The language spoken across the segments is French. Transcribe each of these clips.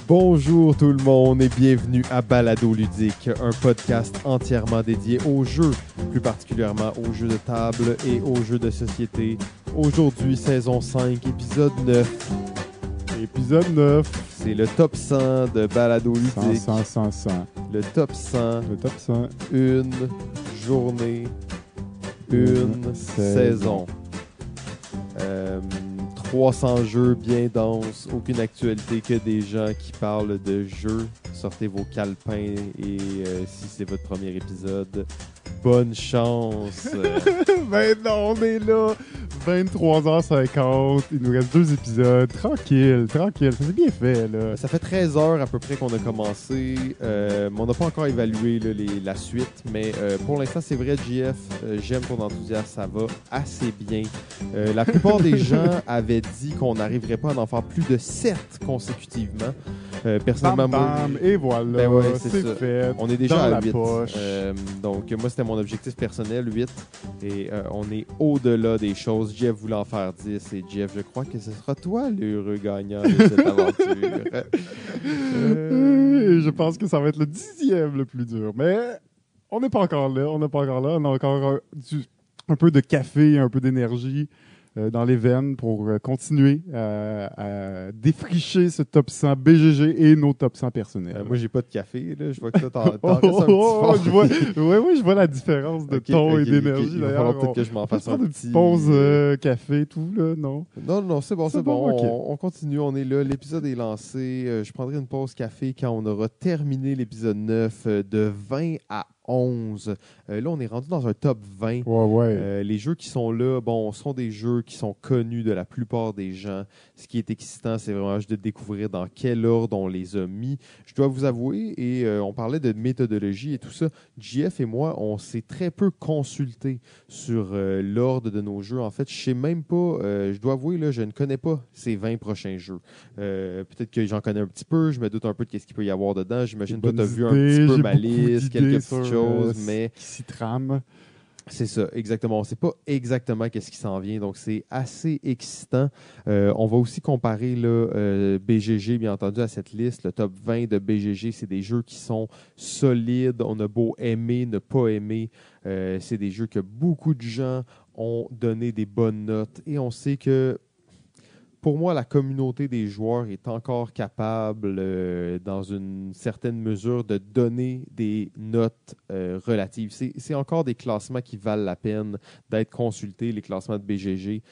Bonjour tout le monde et bienvenue à Balado Ludique, un podcast entièrement dédié aux jeux, plus particulièrement aux jeux de table et aux jeux de société. Aujourd'hui, saison 5, épisode 9. Épisode 9. C'est le top 100 de Balado Ludique. 100. Le top 100. Le top 100. Une journée, une saison. 300 jeux bien denses, aucune actualité que des gens qui parlent de jeux. Sortez vos calepins et si c'est votre premier épisode, bonne chance. Ben non, on est là. 23h50. Il nous reste 2 épisodes. Tranquille. C'est bien fait, là. Ça fait 13 heures à peu près qu'on a commencé. Mais on n'a pas encore évalué là, la suite. Mais pour l'instant, c'est vrai, JF, j'aime ton enthousiasme. Ça va assez bien. La plupart des gens avaient dit qu'on n'arriverait pas à en faire plus de 7 consécutivement. Personnellement, Bam, et voilà. Ben ouais, c'est ça. fait. On est déjà dans à la 8. poche. Donc, moi, c'était mon objectif personnel, 8. Et on est au-delà des choses. Jeff voulait en faire 10. Et Jeff, je crois que ce sera toi l'heureux gagnant de cette aventure. Je pense que ça va être le 10e le plus dur. Mais on n'est pas encore là. On a encore un peu de café, un peu d'énergie dans les veines pour continuer à défricher ce top 100 BGG et nos top 100 personnels. Moi, j'ai pas de café. Là. Je vois que toi, t'en restes un petit fort. je vois la différence de ton et d'énergie. Il va falloir peut-être que je m'en fasse un petit... pause café, tout, là, non? Non, c'est bon. Okay. On continue, on est là. L'épisode est lancé. Je prendrai une pause café quand on aura terminé l'épisode 9 de 20 à 11. Là, on est rendu dans un top 20. Ouais. Les jeux qui sont là, sont des jeux qui sont connus de la plupart des gens. Ce qui est excitant, c'est vraiment juste de découvrir dans quel ordre on les a mis. Je dois vous avouer, et on parlait de méthodologie et tout ça, JF et moi, on s'est très peu consulté sur l'ordre de nos jeux. En fait, je sais même pas, je dois avouer, là, je ne connais pas ces 20 prochains jeux. Peut-être que j'en connais un petit peu, je me doute un peu de ce qu'il peut y avoir dedans. J'imagine que tu as vu un petit peu ma liste, quelques petites choses, mais... qui s'y trame. C'est ça, exactement. On ne sait pas exactement qu'est-ce qui s'en vient, donc c'est assez excitant. On va aussi comparer là, BGG, bien entendu, à cette liste. Le top 20 de BGG, c'est des jeux qui sont solides. On a beau aimer, ne pas aimer. C'est des jeux que beaucoup de gens ont donné des bonnes notes. Et on sait que, pour moi, la communauté des joueurs est encore capable, dans une certaine mesure, de donner des notes relatives. C'est encore des classements qui valent la peine d'être consultés, les classements de BGG.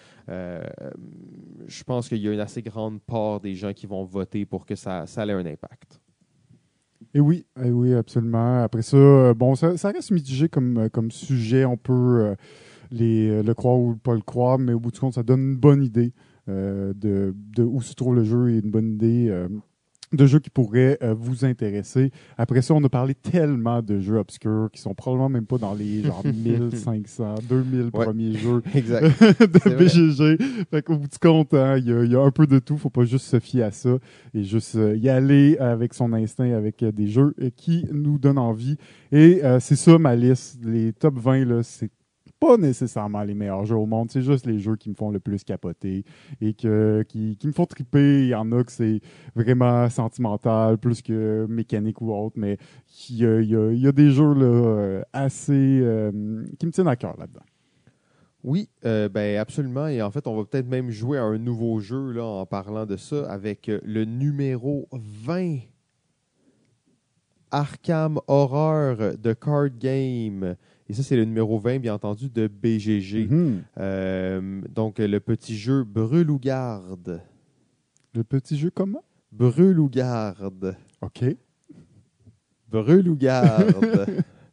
Je pense qu'il y a une assez grande part des gens qui vont voter pour que ça ait un impact. Et oui, absolument. Après ça, ça reste mitigé comme sujet. On peut le croire ou pas le croire, mais au bout du compte, ça donne une bonne idée de où se trouve le jeu et une bonne idée de jeux qui pourraient vous intéresser. Après ça, on a parlé tellement de jeux obscurs qui sont probablement même pas dans les genre 1500, 2000 premiers jeux exact. de BGG. Fait qu'au bout du compte, il y a un peu de tout. Faut pas juste se fier à ça et juste y aller avec son instinct, avec des jeux qui nous donnent envie. Et c'est ça ma liste. Les top 20, là, c'est pas nécessairement les meilleurs jeux au monde, c'est juste les jeux qui me font le plus capoter et qui me font triper. Il y en a que c'est vraiment sentimental, plus que mécanique ou autre, mais il y a des jeux là, assez qui me tiennent à cœur là-dedans. Oui, absolument. Et en fait, on va peut-être même jouer à un nouveau jeu là, en parlant de ça avec le numéro 20. Arkham Horror de Card Game. Et ça, c'est le numéro 20, bien entendu, de BGG. Donc, le petit jeu Brûle-ou-garde. Le petit jeu comment? Brûle-ou-garde. OK. Brûle-ou-garde.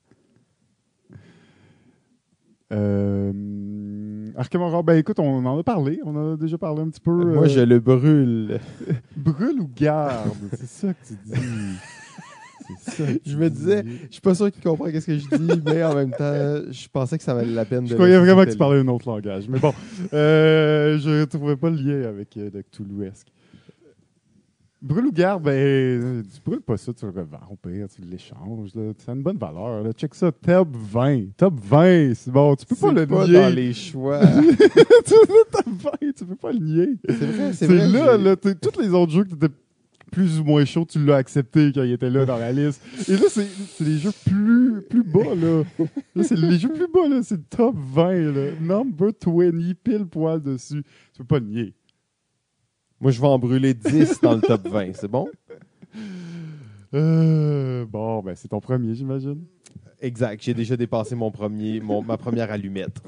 Arkham Horror, écoute, on en a parlé. On a déjà parlé un petit peu. Moi, je le brûle. Brûle-ou-garde, c'est ça que tu dis. Je me disais, je suis pas sûr qu'il comprend ce que je dis, mais en même temps, je pensais que ça valait la peine de... Je croyais vraiment que tu parlais un autre langage. Mais bon, je trouvais pas le lien avec le Cthulhuesque. Brûle ou garde, tu brûles pas ça, tu le revends au pire, tu l'échanges. Ça a une bonne valeur. Là. Check ça, top 20. Top 20, c'est bon, tu peux pas le nier. Dans les choix. Top 20, tu peux pas le nier. C'est vrai. Là, tous les autres jeux que t'étais plus ou moins chaud, tu l'as accepté quand il était là dans la liste. Et là, c'est les jeux plus bas, là. Là, c'est les jeux plus bas, là. C'est le top 20, là. Number 20, pile poil dessus. Tu peux pas le nier. Moi, je vais en brûler 10 dans le top 20, c'est bon? Bon, ben c'est ton premier, j'imagine. Exact, j'ai déjà dépassé ma première allumette.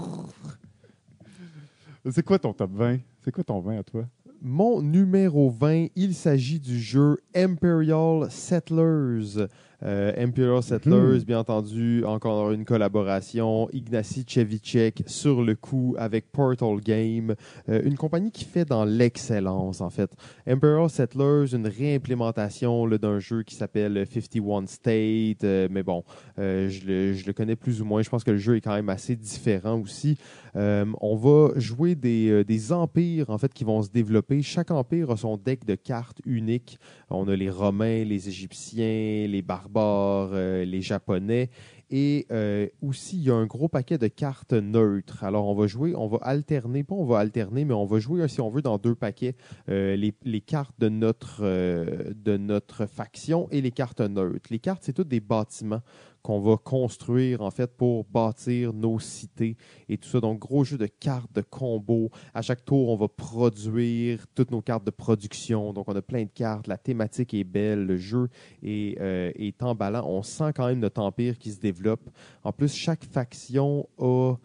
C'est quoi ton top 20? C'est quoi ton 20 à toi? Mon numéro 20, il s'agit du jeu Imperial Settlers. Imperial Settlers, bien entendu, encore une collaboration. Ignacy Cevicek sur le coup avec Portal Game, une compagnie qui fait dans l'excellence, en fait. Imperial Settlers, une réimplémentation là, d'un jeu qui s'appelle 51 State, mais bon, je le connais plus ou moins. Je pense que le jeu est quand même assez différent aussi. On va jouer des empires, en fait, qui vont se développer. Chaque empire a son deck de cartes unique. On a les Romains, les Égyptiens, les barbares, les Japonais. Et aussi, il y a un gros paquet de cartes neutres. Alors, on va alterner, mais on va jouer, si on veut, dans 2 paquets, les cartes de notre faction et les cartes neutres. Les cartes, c'est tous des bâtiments qu'on va construire, en fait, pour bâtir nos cités et tout ça. Donc, gros jeu de cartes, de combos. À chaque tour, on va produire toutes nos cartes de production. Donc, on a plein de cartes. La thématique est belle. Le jeu est emballant. On sent quand même notre empire qui se développe. En plus, chaque faction a...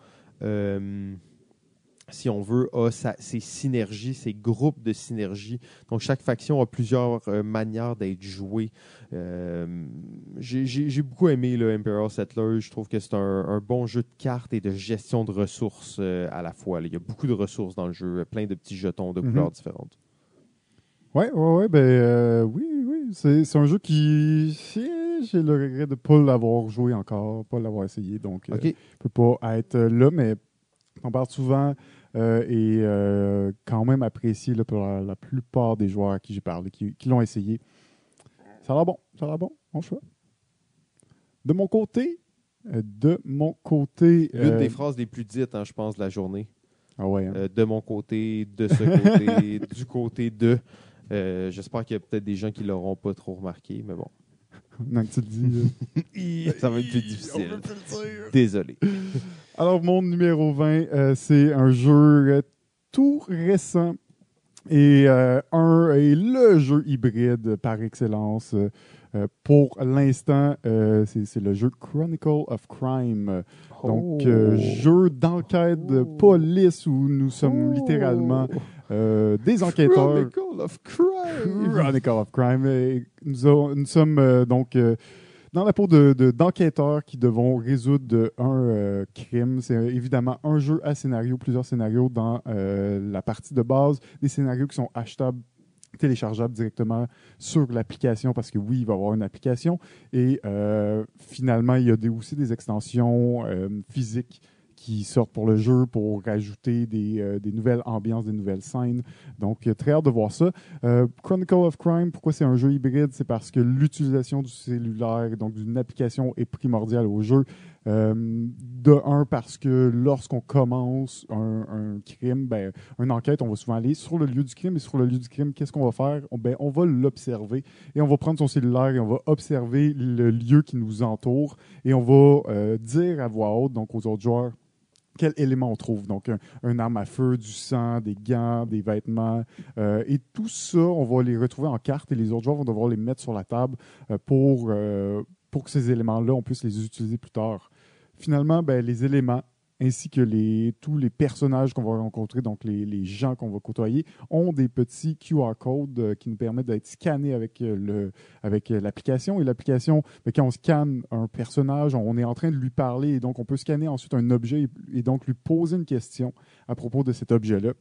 si on veut, a ses synergies, ses groupes de synergie. Donc, chaque faction a plusieurs manières d'être jouée. J'ai beaucoup aimé le Imperial Settlers. Je trouve que c'est un bon jeu de cartes et de gestion de ressources à la fois. Là. Il y a beaucoup de ressources dans le jeu, plein de petits jetons de couleurs différentes. Oui, oui. C'est un jeu qui... J'ai le regret de ne pas l'avoir joué encore, pas l'avoir essayé. Donc, je ne peux pas être là, mais on parle souvent... et quand même apprécié là, pour la plupart des joueurs à qui j'ai parlé, qui l'ont essayé. Ça a l'air bon, mon choix. De mon côté... L'une des phrases les plus dites, je pense, de la journée. Ah ouais. Hein? De mon côté, de ce côté, du côté de... J'espère qu'il y a peut-être des gens qui ne l'auront pas trop remarqué, mais bon. Non, que tu le dis. Ça va être plus difficile. Désolé. Alors, mon numéro 20, c'est un jeu tout récent et le jeu hybride par excellence. Pour l'instant, c'est le jeu Chronicle of Crime. Donc, jeu d'enquête de police où nous sommes littéralement des enquêteurs. Chronicle of Crime. Chronicle of Crime. Et nous sommes donc dans la peau d'enquêteurs qui devront résoudre un crime. C'est évidemment un jeu à scénario, plusieurs scénarios dans la partie de base, des scénarios qui sont achetables, téléchargeables directement sur l'application parce que oui, il va y avoir une application et finalement, il y a aussi des extensions physiques qui sortent pour le jeu pour rajouter des nouvelles ambiances, des nouvelles scènes. Donc, très hâte de voir ça. Chronicle of Crime, pourquoi c'est un jeu hybride? C'est parce que l'utilisation du cellulaire, donc d'une application, est primordiale au jeu. Parce que lorsqu'on commence un crime, une enquête, on va souvent aller sur le lieu du crime. Et sur le lieu du crime, qu'est-ce qu'on va faire? On va l'observer et on va prendre son cellulaire et on va observer le lieu qui nous entoure et on va dire à voix haute, donc aux autres joueurs, quel élément on trouve. Donc, un arme à feu, du sang, des gants, des vêtements. Et tout ça, on va les retrouver en carte et les autres joueurs vont devoir les mettre sur la table pour que ces éléments-là, on puisse les utiliser plus tard. Finalement, les éléments ainsi que tous les personnages qu'on va rencontrer, donc les gens qu'on va côtoyer, ont des petits QR codes qui nous permettent d'être scannés avec l'application. Et l'application, quand on scanne un personnage, on est en train de lui parler et donc on peut scanner ensuite un objet et donc lui poser une question à propos de cet objet-là.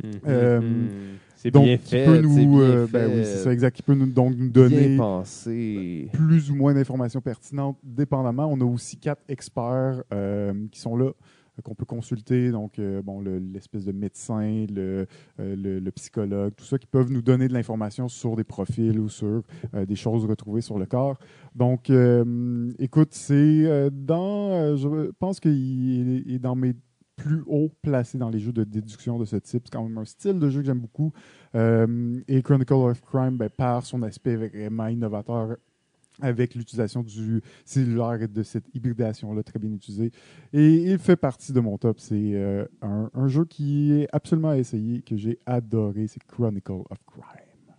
C'est bien fait. Oui, c'est ça, exact. Qui peut nous donner plus ou moins d'informations pertinentes, dépendamment. On a aussi 4 experts qui sont là, qu'on peut consulter. Donc, l'espèce de médecin, le psychologue, tout ça, qui peuvent nous donner de l'information sur des profils ou sur des choses retrouvées sur le corps. Donc, écoute, c'est je pense qu'il est dans mes plus haut placé dans les jeux de déduction de ce type. C'est quand même un style de jeu que j'aime beaucoup. Et Chronicle of Crime, par son aspect vraiment innovateur, avec l'utilisation du cellulaire et de cette hybridation-là très bien utilisée. Et il fait partie de mon top. C'est un jeu qui est absolument à essayer, que j'ai adoré. C'est Chronicle of Crime.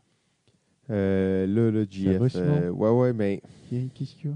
Là, JF. Ouais, mais. Qu'est-ce qu'il y a?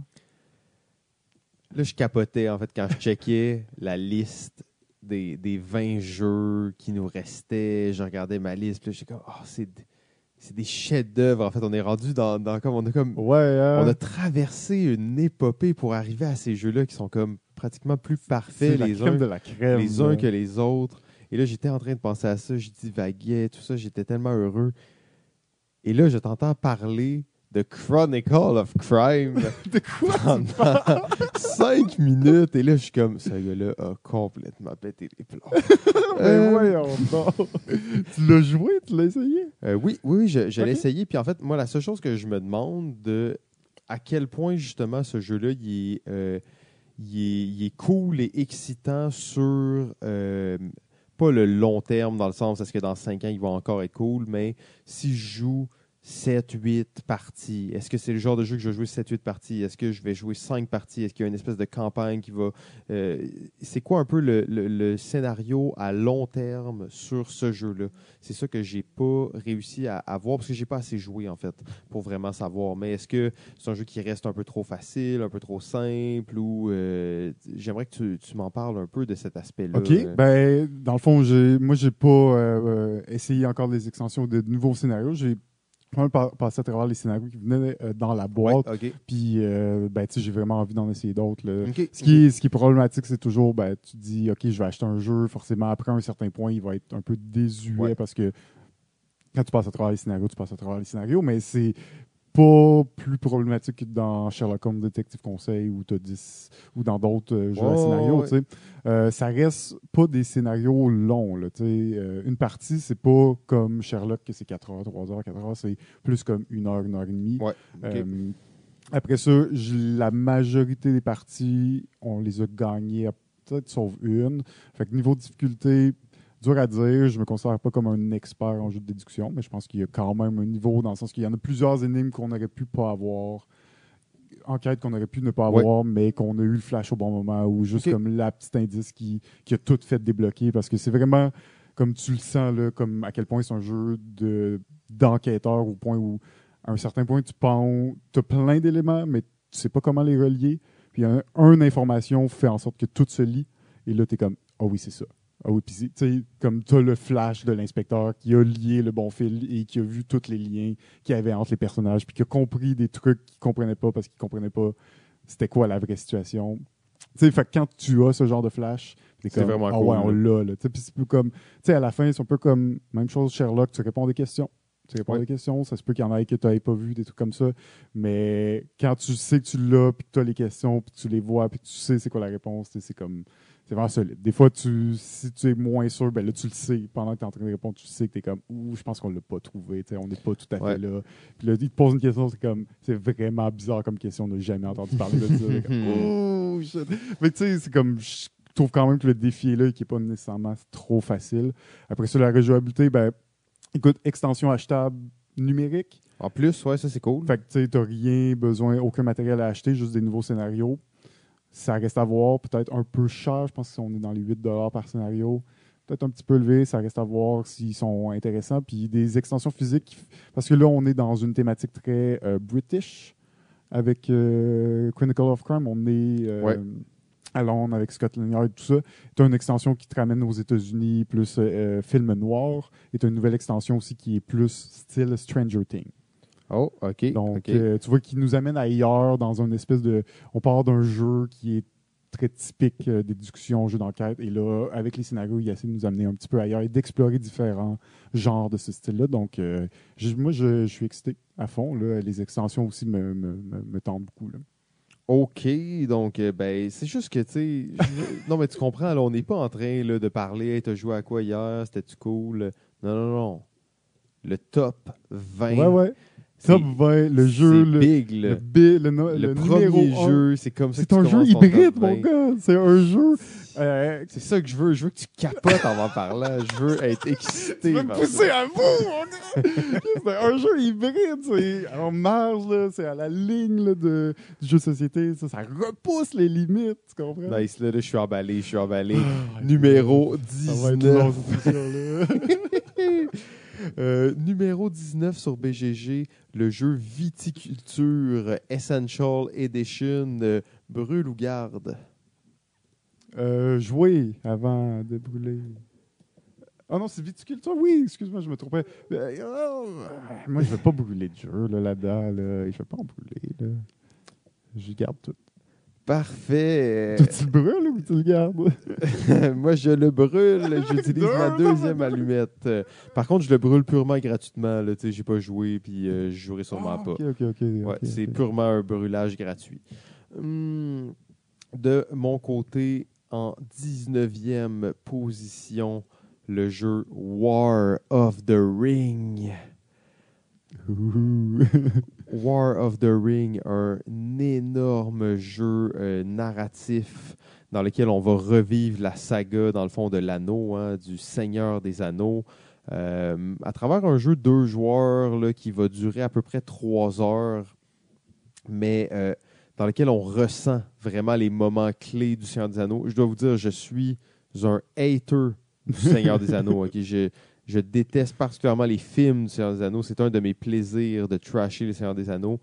Là, je capotais, en fait, quand je checkais la liste des 20 jeux qui nous restaient. Je regardais ma liste, puis là, j'étais comme, c'est des chefs-d'œuvre. En fait, on est rendu dans comme on a traversé une épopée pour arriver à ces jeux-là qui sont comme pratiquement plus parfaits les uns que les autres. Et là, j'étais en train de penser à ça, je divaguais, tout ça, j'étais tellement heureux. Et là, je t'entends parler de Chronicle of Crime de quoi pendant 5 minutes. Et là, je suis comme, ce gars-là a complètement pété les plombs. Mais voyons donc. Tu l'as joué? Tu l'as essayé? Oui, je l'ai essayé. Puis en fait, moi, la seule chose que je me demande, à quel point, justement, ce jeu-là, il est cool et excitant sur... pas le long terme, dans le sens, est-ce que dans 5 ans, il va encore être cool, mais si je joue 7-8 parties, est-ce que c'est le genre de jeu que je vais jouer 7-8 parties? Est-ce que je vais jouer 5 parties? Est-ce qu'il y a une espèce de campagne qui va... c'est quoi un peu le scénario à long terme sur ce jeu-là? C'est ça que j'ai pas réussi à voir, parce que j'ai pas assez joué, en fait, pour vraiment savoir. Mais est-ce que c'est un jeu qui reste un peu trop facile, un peu trop simple, ou... j'aimerais que tu m'en parles un peu de cet aspect-là. OK. Dans le fond, moi, j'ai pas essayé encore des extensions de nouveaux scénarios. J'ai passé à travers les scénarios qui venaient dans la boîte. Ouais, OK. Puis, j'ai vraiment envie d'en essayer d'autres. Okay, ce qui est problématique, c'est toujours, tu te dis, OK, je vais acheter un jeu. Forcément, après un certain point, il va être un peu désuet parce que quand tu passes à travers les scénarios, tu passes à travers les scénarios. Mais c'est pas plus problématique que dans Sherlock Holmes Détective Conseil ou dans d'autres jeux à scénario. Ça reste pas des scénarios longs. Là, une partie, c'est pas comme Sherlock que c'est 4 heures, 3 heures, 4 heures. C'est plus comme 1 heure, 1 heure et demie. Ouais, okay. Après ça, la majorité des parties, on les a gagnées, peut-être sauf une. Fait que niveau de difficulté, dur à dire, je me considère pas comme un expert en jeu de déduction, mais je pense qu'il y a quand même un niveau dans le sens qu'il y en a plusieurs énigmes qu'on aurait pu pas avoir, enquêtes qu'on aurait pu ne pas avoir, mais qu'on a eu le flash au bon moment ou juste comme la petite indice qui a tout fait débloquer parce que c'est vraiment comme tu le sens là, comme à quel point c'est un jeu d'enquêteur au point où à un certain point tu penses, tu as plein d'éléments, mais tu sais pas comment les relier. Puis une information fait en sorte que tout se lie et là tu es comme ah oui, c'est ça. Ah oui, puis tu sais, comme tu as le flash de l'inspecteur qui a lié le bon fil et qui a vu tous les liens qu'il y avait entre les personnages, puis qui a compris des trucs qu'il ne comprenait pas parce qu'il ne comprenait pas c'était quoi la vraie situation. Tu sais, fait que quand tu as ce genre de flash, c'est vraiment cool. Ouais, on l'a. Puis c'est peu comme, tu sais, à la fin, c'est un peu comme, même chose Sherlock, tu réponds à des questions. Tu réponds à des questions, ça se peut qu'il y en ait que tu n'avais pas vu, des trucs comme ça. Mais quand tu sais que tu l'as, puis que tu as les questions, puis que tu les vois, puis que tu sais c'est quoi la réponse, c'est comme... C'est vraiment solide. Des fois, si tu es moins sûr, ben là, tu le sais. Pendant que tu es en train de répondre, tu sais que tu es comme, ouh, je pense qu'on ne l'a pas trouvé. On n'est pas tout à fait là. Puis là, il te pose une question, c'est vraiment bizarre comme question. On n'a jamais entendu parler de ça. Ouh, shit. Mais tu sais, c'est comme, je trouve quand même que le défi est là et qu'il n'est pas nécessairement trop facile. Après ça, la rejouabilité, écoute, extension achetable numérique. En plus, ouais, ça c'est cool. Fait que tu sais, tu n'as rien besoin, aucun matériel à acheter, juste des nouveaux scénarios. Ça reste à voir, peut-être un peu cher. Je pense qu'on est dans les 8 $ par scénario. Peut-être un petit peu élevé. Ça reste à voir s'ils sont intéressants. Puis des extensions physiques. Parce que là, on est dans une thématique très British avec Chronicle of Crime. On est à Londres avec Scotland Yard et tout ça. Tu as une extension qui te ramène aux États-Unis, plus film noir. Et tu as une nouvelle extension aussi qui est plus style Stranger Things. Oh, OK. Donc, tu vois, qui nous amène ailleurs dans une espèce de... On part d'un jeu qui est très typique des discussions, jeu d'enquête. Et là, avec les scénarios, il essaie de nous amener un petit peu ailleurs et d'explorer différents genres de ce style-là. Donc, moi, je suis excité à fond. Là. Les extensions aussi me tentent beaucoup. Là. OK, donc c'est juste que, tu sais... non, mais tu comprends, là, on n'est pas en train là, de parler hey, « T'as joué à quoi hier? C'était-tu cool? » Non. Le top 20... Ouais. Top 20, le jeu, C'est big, là. le Le numéro premier 1. jeu, c'est comme ça C'est que tu un jeu commences ton top hybride, mon 20. gars. C'est un jeu. C'est ça que je veux. Je veux que tu capotes en m'en parlant. Je veux être excité. Tu veux me par pousser ça. à bout, mon gars. C'est un jeu hybride. C'est en marge, là. C'est à la ligne là, du jeu de société. Ça repousse les limites. Tu comprends? Nice, là, je suis emballé. Ah, Numéro ça va être long, 19. cette émission-là. Numéro 19 sur BGG, le jeu Viticulture Essential Edition Brûle ou garde. Jouer avant de brûler. Ah non, c'est viticulture? Oui, excuse-moi, je me trompais. Moi, je ne vais pas brûler de jeu là-dedans. Là. Je ne vais pas en brûler. Là. Je garde tout. Parfait. Toi, tu le brûles ou tu le gardes? Moi, je le brûle. J'utilise ma deuxième allumette. Par contre, je le brûle purement gratuitement. Je n'ai pas joué, puis je jouerai sûrement pas. OK. Ouais, c'est purement un brûlage gratuit. De mon côté, en 19e position, le jeu War of the Ring. War of the Ring, un énorme jeu narratif dans lequel on va revivre la saga, dans le fond, de l'anneau, du Seigneur des Anneaux, à travers un jeu 2 joueurs là, qui va durer à peu près 3 heures, mais dans lequel on ressent vraiment les moments clés du Seigneur des Anneaux. Je dois vous dire, je suis un hater du Seigneur des Anneaux. Okay? Je déteste particulièrement les films du Seigneur des Anneaux. C'est un de mes plaisirs de trasher le Seigneur des Anneaux.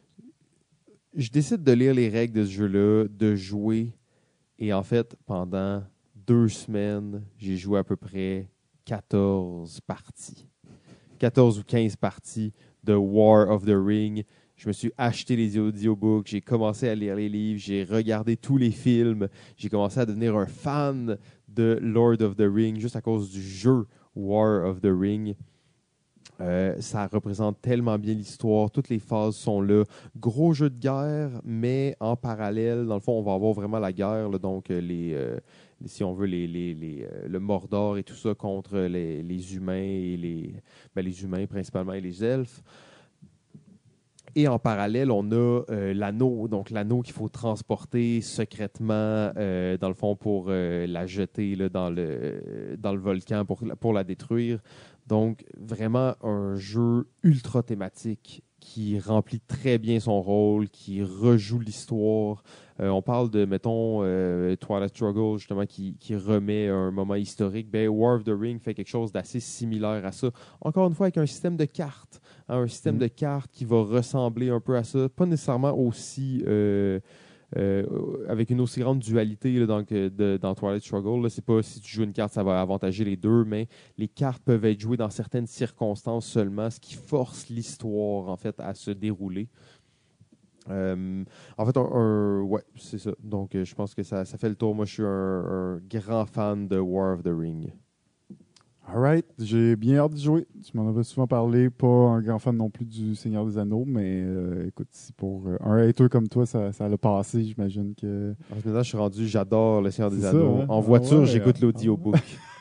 Je décide de lire les règles de ce jeu-là, de jouer. Et en fait, pendant 2 semaines, j'ai joué à peu près 14 parties. 14 ou 15 parties de War of the Ring. Je me suis acheté les audiobooks, j'ai commencé à lire les livres, j'ai regardé tous les films, j'ai commencé à devenir un fan de Lord of the Ring juste à cause du jeu War of the Ring. Ça représente tellement bien l'histoire, toutes les phases sont là. Gros jeu de guerre, mais en parallèle, dans le fond, on va avoir vraiment la guerre, là, donc si on veut, le Mordor et tout ça contre les humains et les humains principalement et les elfes. Et en parallèle, on a l'anneau, donc l'anneau qu'il faut transporter secrètement, dans le fond, pour la jeter là, dans le volcan, pour la détruire. Donc, vraiment un jeu ultra thématique qui remplit très bien son rôle, qui rejoue l'histoire. On parle de, mettons, Twilight Struggle, justement, qui remet un moment historique. Ben, War of the Ring fait quelque chose d'assez similaire à ça. Encore une fois, avec un système de cartes. Un système de cartes qui va ressembler un peu à ça. Pas nécessairement aussi... avec une aussi grande dualité là, dans Twilight Struggle. Là, c'est pas si tu joues une carte, ça va avantager les deux, mais les cartes peuvent être jouées dans certaines circonstances seulement, ce qui force l'histoire en fait à se dérouler. En fait, ouais, c'est ça. Donc, je pense que ça fait le tour. Moi, je suis un grand fan de War of the Ring. Alright, j'ai bien hâte de jouer. Tu m'en avais souvent parlé, pas un grand fan non plus du Seigneur des Anneaux, mais écoute, si pour un hater comme toi, ça l'a passé, j'imagine que... Maintenant, je suis rendu, j'adore le Seigneur des C'est Anneaux. ça, hein? En voiture, ouais, j'écoute l'audiobook.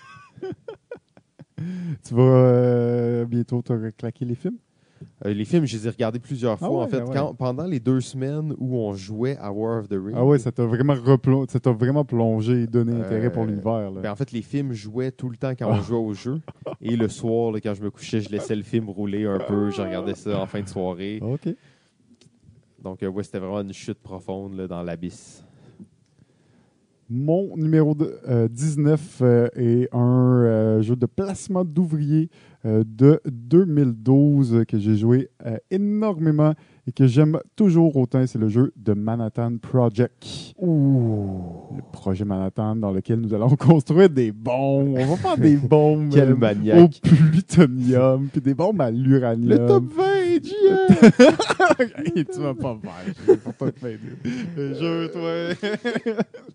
Tu vas bientôt te claquer les films? Les films, je les ai regardés plusieurs fois. ouais, en fait, ouais. pendant les 2 semaines où on jouait à War of the Ring. Ah ouais, ça t'a vraiment plongé et donné intérêt pour l'univers. Là. Ben en fait, les films jouaient tout le temps quand on jouait au jeu. Et le soir, là, quand je me couchais, je laissais le film rouler un peu. Je regardais ça en fin de soirée. OK. Donc, ouais, c'était vraiment une chute profonde là, dans l'abysse. Mon numéro 19 est un jeu de placement d'ouvriers de 2012 que j'ai joué énormément et que j'aime toujours autant. C'est le jeu de Manhattan Project. Ouh. Le projet Manhattan dans lequel nous allons construire des bombes. On va faire des bombes Quel au maniaque. plutonium, puis des bombes à l'uranium. Le top 20, GM! Hey, tu vas pas faire. Je vais pas te faire. Jeu, toi.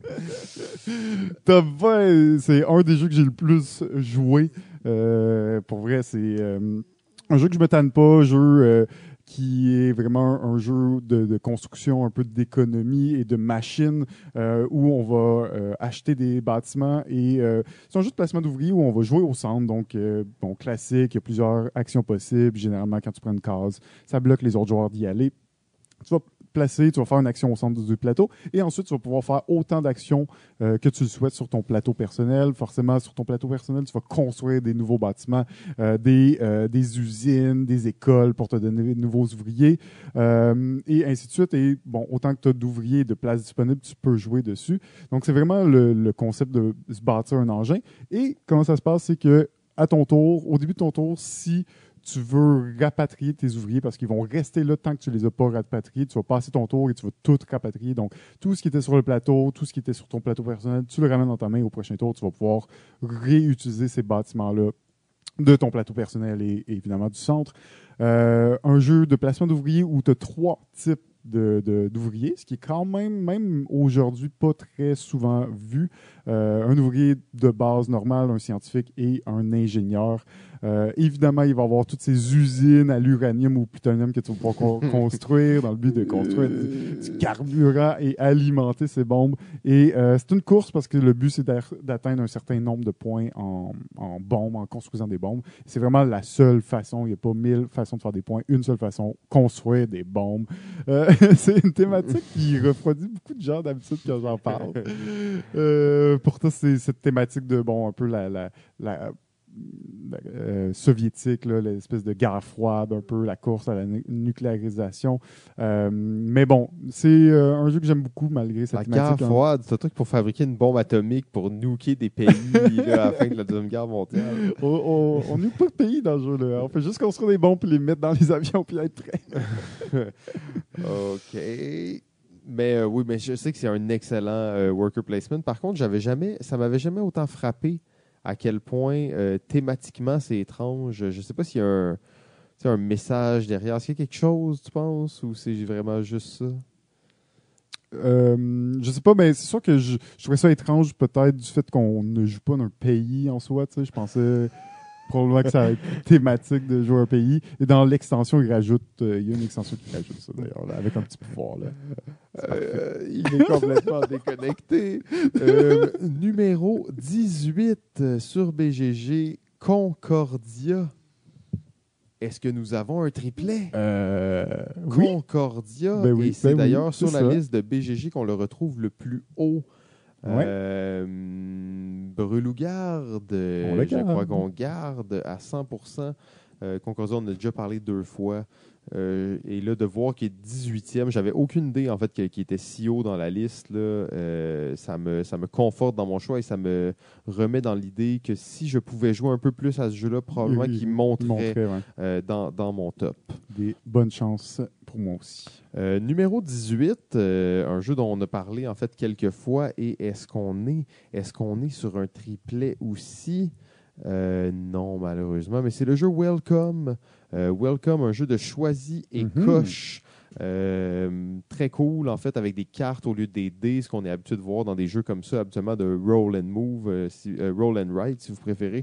Top 20, c'est un des jeux que j'ai le plus joué. Pour vrai, c'est un jeu que je me tanne pas, jeu qui est vraiment un jeu de construction, un peu d'économie et de machine, où on va acheter des bâtiments et c'est un jeu de placement d'ouvriers où on va jouer au centre. Donc, classique, il y a plusieurs actions possibles. Généralement, quand tu prends une case, ça bloque les autres joueurs d'y aller. Tu vas placer, tu vas faire une action au centre du plateau et ensuite tu vas pouvoir faire autant d'actions que tu le souhaites sur ton plateau personnel. Forcément, sur ton plateau personnel, tu vas construire des nouveaux bâtiments, des usines, des écoles pour te donner de nouveaux ouvriers et ainsi de suite. Et bon, autant que tu as d'ouvriers et de places disponibles, tu peux jouer dessus. Donc, c'est vraiment le concept de se bâtir un engin. Et comment ça se passe, c'est que à ton tour, au début de ton tour, si tu veux rapatrier tes ouvriers parce qu'ils vont rester là tant que tu les as pas rapatriés. Tu vas passer ton tour et tu vas tout rapatrier. Donc, tout ce qui était sur le plateau, tout ce qui était sur ton plateau personnel, tu le ramènes dans ta main. Au prochain tour, tu vas pouvoir réutiliser ces bâtiments-là de ton plateau personnel et évidemment du centre. Un jeu de placement d'ouvriers où tu as 3 types d'ouvriers, ce qui est quand même aujourd'hui, pas très souvent vu. Un ouvrier de base normale, un scientifique et un ingénieur. Évidemment, il va y avoir toutes ces usines à l'uranium ou au plutonium que tu vas pouvoir construire dans le but de construire du carburant et alimenter ces bombes. Et c'est une course parce que le but, c'est d'atteindre un certain nombre de points en bombes, en construisant des bombes. C'est vraiment la seule façon. Il n'y a pas 1000 façons de faire des points. Une seule façon, construire des bombes. C'est une thématique qui refroidit beaucoup de gens d'habitude quand j'en parle. Pourtant, c'est cette thématique de, un peu la soviétique, là, l'espèce de guerre froide, un peu la course à la nucléarisation. Mais bon, c'est un jeu que j'aime beaucoup malgré cette thématique. La guerre froide, c'est un truc pour fabriquer une bombe atomique pour nuker des pays là, à la fin de la Deuxième Guerre mondiale. On nuke pas de pays dans le jeu. Là. On fait juste construire des bombes et les mettre dans les avions puis être prêts. OK. Mais oui, mais je sais que c'est un excellent worker placement. Par contre, ça m'avait jamais autant frappé à quel point thématiquement c'est étrange. Je ne sais pas s'il y a un message derrière. Est-ce qu'il y a quelque chose, tu penses, ou c'est vraiment juste ça? Je sais pas, mais c'est sûr que je trouvais ça étrange peut-être du fait qu'on ne joue pas d'un pays en soi. Je pensais probablement que ça va être thématique de jouer un pays. Et dans l'extension, il y a une extension qui rajoute ça d'ailleurs, là, avec un petit pouvoir. Là. Il est complètement déconnecté. Numéro 18 sur BGG, Concordia. Est-ce que nous avons un triplet? Oui. Concordia. Ben oui, et c'est d'ailleurs c'est sur la ça. liste de BGG qu'on le retrouve le plus haut. Ouais. Brelougarde, je crois qu'on garde à 100%. Concordia, on a déjà parlé 2 fois. Et là, de voir qu'il est 18e, j'avais aucune idée en fait qu'il était si haut dans la liste. Là, ça me conforte dans mon choix et ça me remet dans l'idée que si je pouvais jouer un peu plus à ce jeu-là, probablement qu'il monterait dans mon top. Des bonnes chances pour moi aussi. Numéro 18, un jeu dont on a parlé en fait quelques fois. Et est-ce qu'on est sur un triplet aussi? Non, malheureusement, mais c'est le jeu Welcome. Welcome, un jeu de choisis et coche. Très cool, en fait, avec des cartes au lieu des dés, ce qu'on est habitué de voir dans des jeux comme ça, habituellement de roll and move, roll and write, si vous préférez.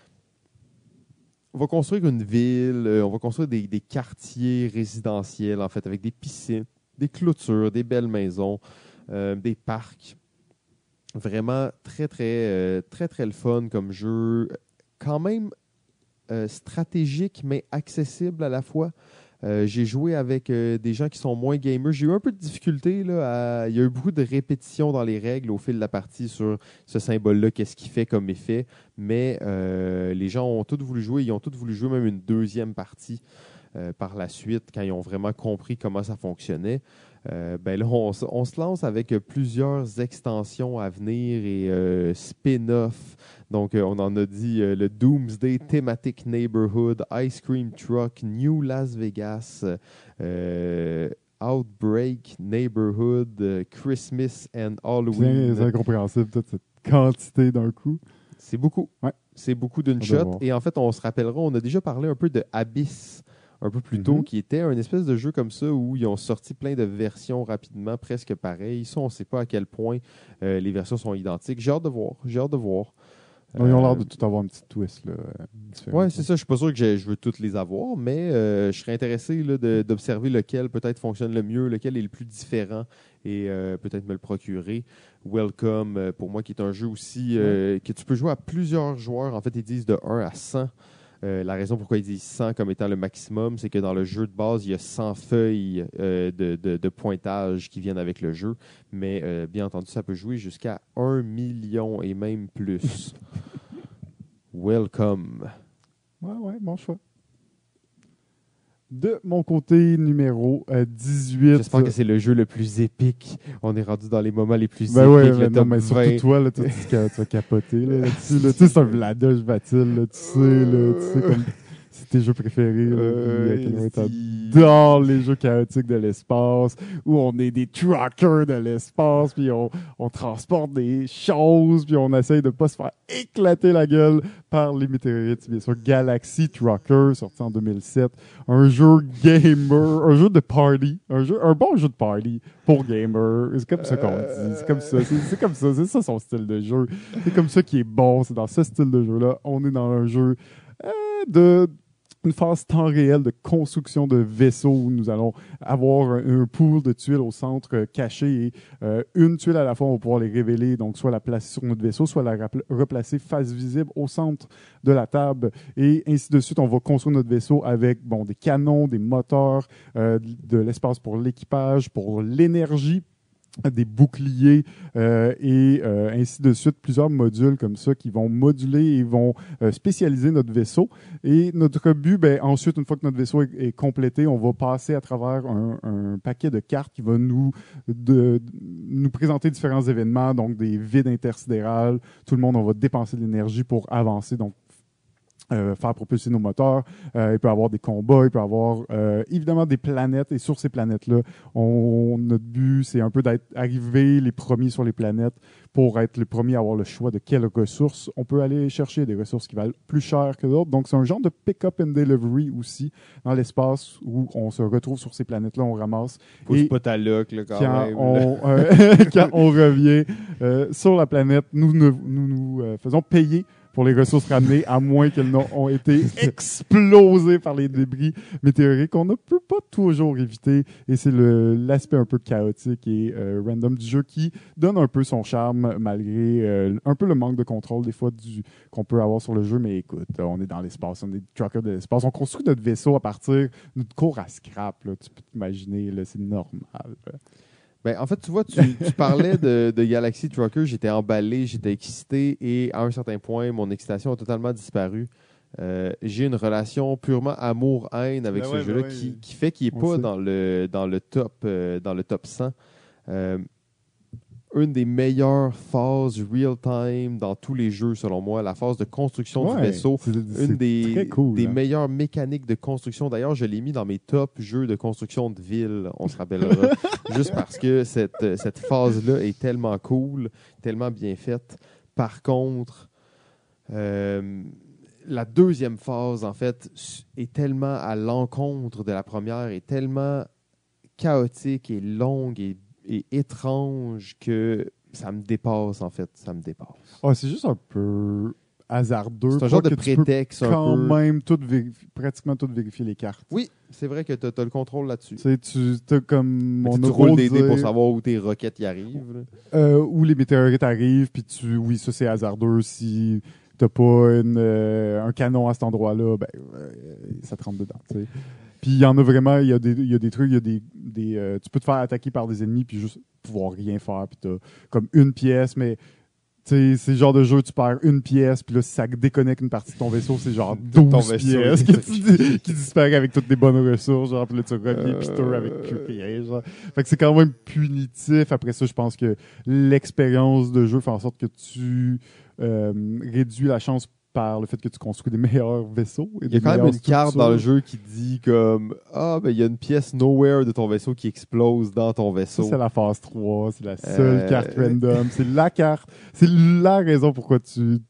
On va construire une ville, on va construire des quartiers résidentiels, en fait, avec des piscines, des clôtures, des belles maisons, des parcs. Vraiment très, très, très, très le fun comme jeu. Quand même stratégique, mais accessible à la fois. J'ai joué avec des gens qui sont moins gamers. J'ai eu un peu de difficulté. Là, il y a eu beaucoup de répétitions dans les règles au fil de la partie sur ce symbole-là, qu'est-ce qu'il fait comme effet. Mais les gens ont tous voulu jouer. Ils ont tous voulu jouer même une deuxième partie par la suite, quand ils ont vraiment compris comment ça fonctionnait. Là, on se lance avec plusieurs extensions à venir et spin-off. Donc, on en a dit le Doomsday Thematic Neighborhood, Ice Cream Truck, New Las Vegas, Outbreak Neighborhood, Christmas and Halloween. C'est incompréhensible, toute cette quantité d'un coup. C'est beaucoup. Ouais. C'est beaucoup d'une shot. Et en fait, on se rappellera, on a déjà parlé un peu de Abyss un peu plus tôt, qui était un espèce de jeu comme ça où ils ont sorti plein de versions rapidement, presque pareilles. Ça, on ne sait pas à quel point les versions sont identiques. J'ai hâte de voir. Non, ils ont l'air de tout avoir un petit twist là, différent. Ouais, c'est ça. Je suis pas sûr que je veux toutes les avoir, mais je serais intéressé là, d'observer lequel peut-être fonctionne le mieux, lequel est le plus différent et peut-être me le procurer. Welcome, pour moi, qui est un jeu aussi que tu peux jouer à plusieurs joueurs. En fait, ils disent de 1 à 100. La raison pourquoi ils disent 100 comme étant le maximum, c'est que dans le jeu de base, il y a 100 feuilles de pointage qui viennent avec le jeu. Mais bien entendu, ça peut jouer jusqu'à 1 million et même plus. Welcome. Ouais, bon choix. De mon côté, numéro 18. J'espère que c'est le jeu le plus épique. On est rendu dans les moments les plus ben épiques. Ouais, le top mais 20. surtout toi, là, tu vas capoter là, là-dessus. Là. Tu sais, c'est un Vladoche Vatil, là, tu sais, comme c'est tes jeux préférés. T'adores les jeux chaotiques de l'espace, où on est des truckers de l'espace, puis on transporte des choses, puis on essaye de pas se faire éclater la gueule par les météorites. Bien sûr, Galaxy Trucker, sorti en 2007. Un jeu gamer, un jeu de party, un bon jeu de party pour gamer. C'est comme ça qu'on dit. C'est comme ça. C'est comme ça. C'est ça son style de jeu. C'est comme ça qui est bon. C'est dans ce style de jeu-là. On est dans un jeu une phase temps réel de construction de vaisseaux où nous allons avoir un pool de tuiles au centre caché et une tuile à la fois, on va pouvoir les révéler, donc soit la placer sur notre vaisseau, soit la replacer face visible au centre de la table et ainsi de suite. On va construire notre vaisseau avec des canons, des moteurs, de l'espace pour l'équipage, pour l'énergie, des boucliers et ainsi de suite, plusieurs modules comme ça qui vont moduler et vont spécialiser notre vaisseau. Et notre but, ensuite, une fois que notre vaisseau est complété, on va passer à travers un paquet de cartes qui va nous présenter différents événements, donc des vides intersidérales. Tout le monde, on va dépenser de l'énergie pour avancer, donc faire propulser nos moteurs. Il peut y avoir des combats, il peut y avoir évidemment des planètes. Et sur ces planètes-là, notre but, c'est un peu d'arriver les premiers sur les planètes pour être les premiers à avoir le choix de quelles ressources. On peut aller chercher des ressources qui valent plus cher que d'autres. Donc, c'est un genre de pick-up and delivery aussi dans l'espace où on se retrouve sur ces planètes-là, on ramasse. Pousse pas ta loc, là, quand même. Quand on revient sur la planète, nous faisons payer pour les ressources ramenées, à moins qu'elles n'ont été explosées par les débris météoriques qu'on ne peut pas toujours éviter. Et c'est l'aspect un peu chaotique et random du jeu qui donne un peu son charme, malgré un peu le manque de contrôle des fois qu'on peut avoir sur le jeu. Mais écoute, on est dans l'espace, on est des truckers de l'espace. On construit notre vaisseau à partir d'une cour à scrap. Là. Tu peux t'imaginer, là, c'est normal. En fait, tu vois, tu parlais de Galaxy Trucker, j'étais emballé, j'étais excité et à un certain point, mon excitation a totalement disparu. J'ai une relation purement amour-haine avec ce jeu-là qui fait qu'il n'est pas dans le top 100. Une des meilleures phases real-time dans tous les jeux, selon moi, la phase de construction du vaisseau. Une des meilleures mécaniques de construction. D'ailleurs, je l'ai mis dans mes top jeux de construction de ville, on se rappellera. Juste parce que cette phase-là est tellement cool, tellement bien faite. Par contre, la deuxième phase, en fait, est tellement à l'encontre de la première, est tellement chaotique et longue et étrange que ça me dépasse, en fait. Ça me dépasse. Oh, c'est juste un peu hasardeux. C'est un genre de prétexte. Quand même, pratiquement tout vérifier les cartes. Oui, c'est vrai que tu as le contrôle là-dessus. Tu as comme tu roules des dés pour savoir où tes roquettes y arrivent. Où les météorites arrivent, puis oui, ça c'est hasardeux. Si t'as pas un canon à cet endroit-là, ça te rentre dedans. T'sais. Puis il y en a vraiment, il y a des trucs, tu peux te faire attaquer par des ennemis puis juste pouvoir rien faire, puis t'as comme une pièce, mais c'est le genre de jeu, tu perds une pièce, puis là, si ça déconnecte une partie de ton vaisseau, c'est genre 12 pièces qui disparaissent avec toutes les bonnes ressources, genre, puis là, tu reviens, puis tu avec plus rien, genre. Fait que c'est quand même punitif. Après ça, je pense que l'expérience de jeu fait en sorte que tu réduis la chance par le fait que tu construis des meilleurs vaisseaux. Il y a quand même une carte dans le jeu qui dit comme il y a une pièce nowhere de ton vaisseau qui explose dans ton vaisseau. Ça, c'est la phase 3, c'est la seule carte random. C'est la carte. C'est la raison pourquoi tu as cette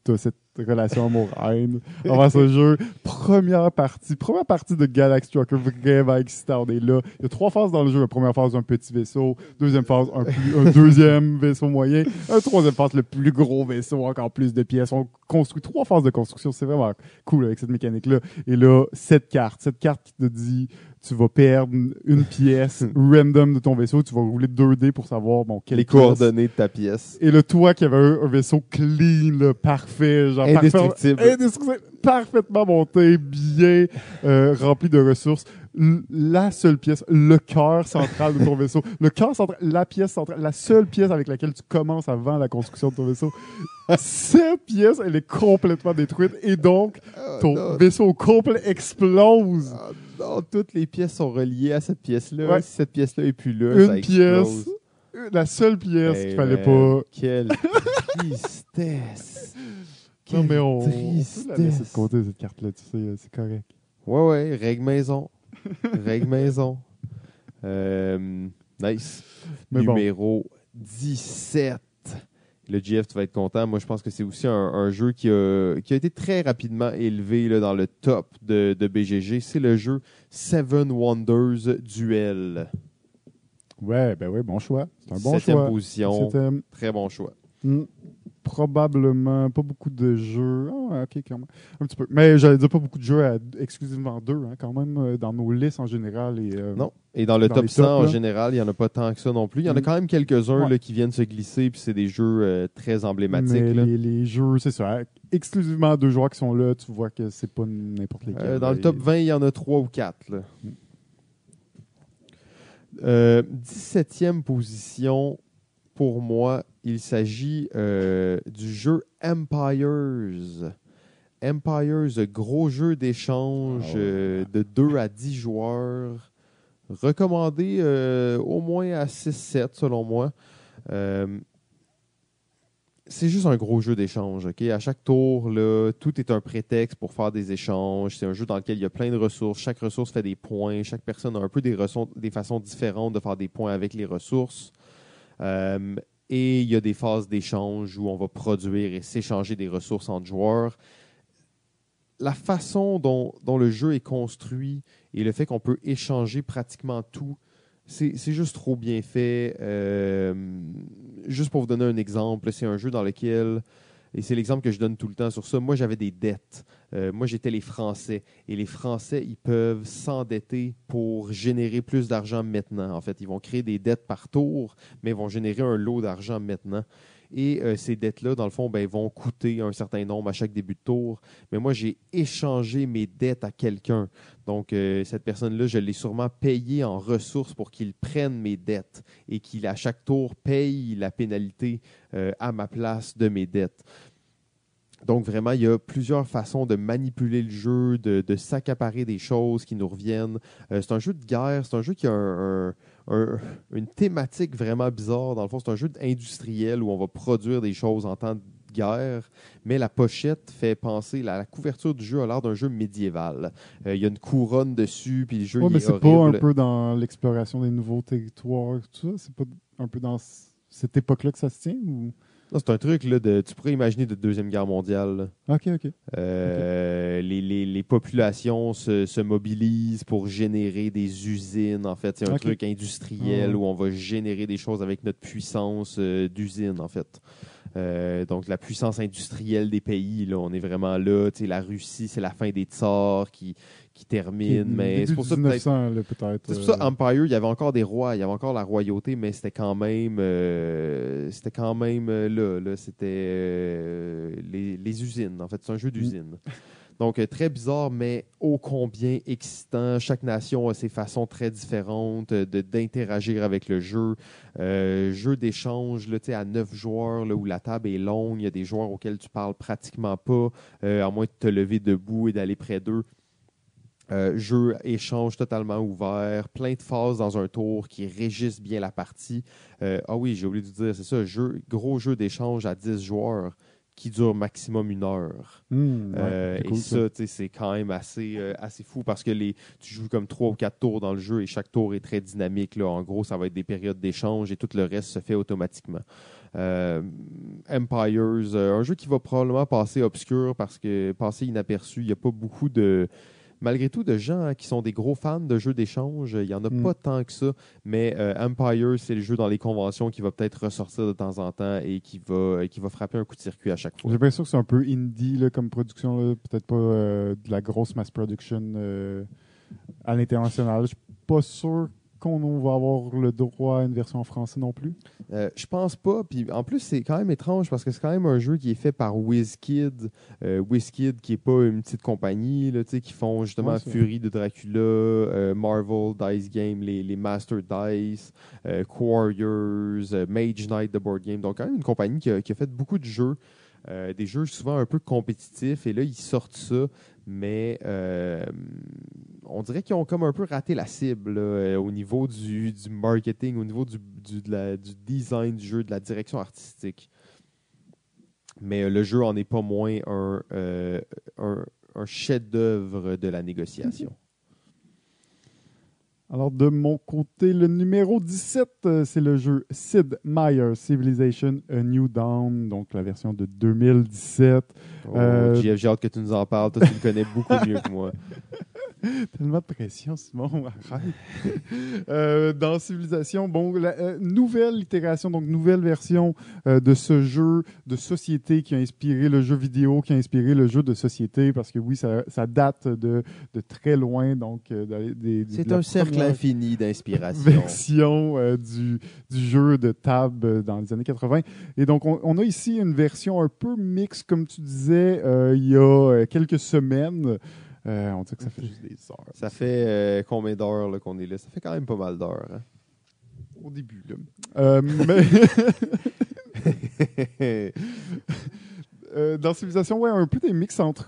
relation amour-haine envers ce jeu. Première partie de Galaxy Trucker, vraiment excitant. On est là. Il y a 3 phases dans le jeu. La première phase, un petit vaisseau. Deuxième phase, un deuxième vaisseau moyen. Un troisième phase, le plus gros vaisseau, encore plus de pièces. On construit 3 phases de construction. C'est vraiment cool avec cette mécanique-là. Et là, cette carte qui te dit tu vas perdre une pièce random de ton vaisseau. Tu vas rouler 2D pour savoir quelle les pièce. coordonnées de ta pièce. Et là, toi qui avais un vaisseau clean, là, parfait, genre indestructible, parfaitement monté, bien rempli de ressources. La seule pièce, le cœur central de ton vaisseau, le cœur central, la pièce centrale, la seule pièce avec laquelle tu commences avant la construction de ton vaisseau, cette pièce, elle est complètement détruite et donc ton vaisseau au complet explose. Non, toutes les pièces sont reliées à cette pièce-là. Ouais. Si cette pièce-là est plus là, ça explose. La seule pièce qu'il fallait pas. Quelle tristesse. Non, mais on peut tristesse. la laisser de côté, cette carte-là, tu sais, c'est correct. Ouais, règle maison. Règle maison. Nice. Mais Numéro 17. Le GF, tu vas être content. Moi, je pense que c'est aussi un jeu qui a été très rapidement élevé là, dans le top de BGG. C'est le jeu Seven Wonders Duel. Ouais, bon choix. C'est un bon 7e choix. position. 7e. Très bon choix. Probablement pas beaucoup de jeux. Ah, ok, quand même. Un petit peu. Mais j'allais dire pas beaucoup de jeux exclusivement 2, quand même, dans nos listes en général. Non. Et dans le top 100, en général, il n'y en a pas tant que ça non plus. Il y en a quand même quelques-uns là, qui viennent se glisser, puis c'est des jeux très emblématiques. Mais là. Les jeux, c'est ça. Exclusivement 2 joueurs qui sont là, tu vois que c'est pas n'importe lesquels. Dans le top 20, il y en a 3 ou 4. 17e position, pour moi, il s'agit du jeu Empires. Empires, gros jeu d'échange de 2 à 10 joueurs. Recommandé au moins à 6-7 selon moi. C'est juste un gros jeu d'échange. Okay? À chaque tour, là, tout est un prétexte pour faire des échanges. C'est un jeu dans lequel il y a plein de ressources. Chaque ressource fait des points. Chaque personne a un peu des façons différentes de faire des points avec les ressources. Et il y a des phases d'échange où on va produire et s'échanger des ressources entre joueurs. La façon dont le jeu est construit et le fait qu'on peut échanger pratiquement tout, c'est juste trop bien fait. Juste pour vous donner un exemple, c'est un jeu dans lequel, et c'est l'exemple que je donne tout le temps sur ça, moi j'avais des dettes. Moi j'étais les Français. Et les Français, ils peuvent s'endetter pour générer plus d'argent maintenant. En fait, ils vont créer des dettes par tour, mais ils vont générer un lot d'argent maintenant. Et ces dettes-là, dans le fond, vont coûter un certain nombre à chaque début de tour. Mais moi, j'ai échangé mes dettes à quelqu'un. Donc, cette personne-là, je l'ai sûrement payé en ressources pour qu'il prenne mes dettes et qu'il, à chaque tour, paye la pénalité à ma place de mes dettes. Donc, vraiment, il y a plusieurs façons de manipuler le jeu, de s'accaparer des choses qui nous reviennent. C'est un jeu de guerre, c'est un jeu qui a une thématique vraiment bizarre. Dans le fond, c'est un jeu industriel où on va produire des choses en temps de guerre, mais la pochette fait penser, la couverture du jeu a l'air d'un jeu médiéval. Il y a une couronne dessus, puis le jeu il est c'est horrible. pas un peu dans l'exploration des nouveaux territoires, tout ça? C'est pas un peu dans cette époque-là que ça se tient? Ou... Non, c'est un truc, là, tu pourrais imaginer de Deuxième Guerre mondiale. Là. OK. Les populations se mobilisent pour générer des usines. En fait, c'est un truc industriel où on va générer des choses avec notre puissance d'usine, en fait. Donc, la puissance industrielle des pays, là, on est vraiment là. La Russie, c'est la fin des tsars qui termine. Mais c'est pour ça, 1900, peut-être. C'est pour ça, Empire, il y avait encore des rois, il y avait encore la royauté, mais c'était quand même là. C'était les usines. En fait, c'est un jeu d'usine. Donc, très bizarre, mais ô combien excitant. Chaque nation a ses façons très différentes d'interagir avec le jeu. Jeu d'échange là, à 9 joueurs là, où la table est longue. Il y a des joueurs auxquels tu parles pratiquement pas, à moins de te lever debout et d'aller près d'eux. Jeu échange totalement ouvert, plein de phases dans un tour qui régissent bien la partie. Ah oui, j'ai oublié de vous dire, c'est ça, gros jeu d'échange à 10 joueurs qui dure maximum 1 heure. C'est cool, et ça, c'est quand même assez fou parce que tu joues comme 3 ou 4 tours dans le jeu et chaque tour est très dynamique. Là. En gros, ça va être des périodes d'échange et tout le reste se fait automatiquement. Empires, un jeu qui va probablement passer obscur parce que passer inaperçu, il n'y a pas beaucoup de... Malgré tout, de gens qui sont des gros fans de jeux d'échange, il n'y en a pas tant que ça, mais Empire, c'est le jeu dans les conventions qui va peut-être ressortir de temps en temps et qui va frapper un coup de circuit à chaque fois. J'ai l'impression que c'est un peu indie là, comme production, là. Peut-être pas de la grosse mass production à l'international. Je suis pas sûr qu'on va avoir le droit à une version en français non plus. Je pense pas. Puis en plus, c'est quand même étrange parce que c'est quand même un jeu qui est fait par WizKid. WizKid qui est pas une petite compagnie là, qui font justement Fury de Dracula, Marvel, Dice Game, les Master Dice, Warriors, Mage Knight de Board Game. Donc quand même une compagnie qui a fait beaucoup de jeux. Des jeux souvent un peu compétitifs et là ils sortent ça, mais on dirait qu'ils ont comme un peu raté la cible là, au niveau du marketing, au niveau du design du jeu, de la direction artistique. Mais le jeu en est pas moins un chef-d'œuvre de la négociation. Alors, de mon côté, le numéro 17, c'est le jeu Sid Meier's Civilization A New Dawn, donc la version de 2017. J'ai hâte que tu nous en parles. Toi, tu le connais beaucoup mieux que moi. Tellement de pression, Simon. Arrête. Dans Civilization, bon, la nouvelle itération, donc nouvelle version de ce jeu de société qui a inspiré le jeu vidéo, qui a inspiré le jeu de société, parce que oui, ça date de très loin. Donc, c'est un cercle infini d'inspiration. Version du jeu de table dans les années 80. Et donc, on a ici une version un peu mixte, comme tu disais, il y a quelques semaines. On dit que ça fait juste des heures. Ça fait combien d'heures qu'on est là? Ça fait quand même pas mal d'heures. Hein? Au début, là. Mais... dans Civilization, ouais, un peu des mix entre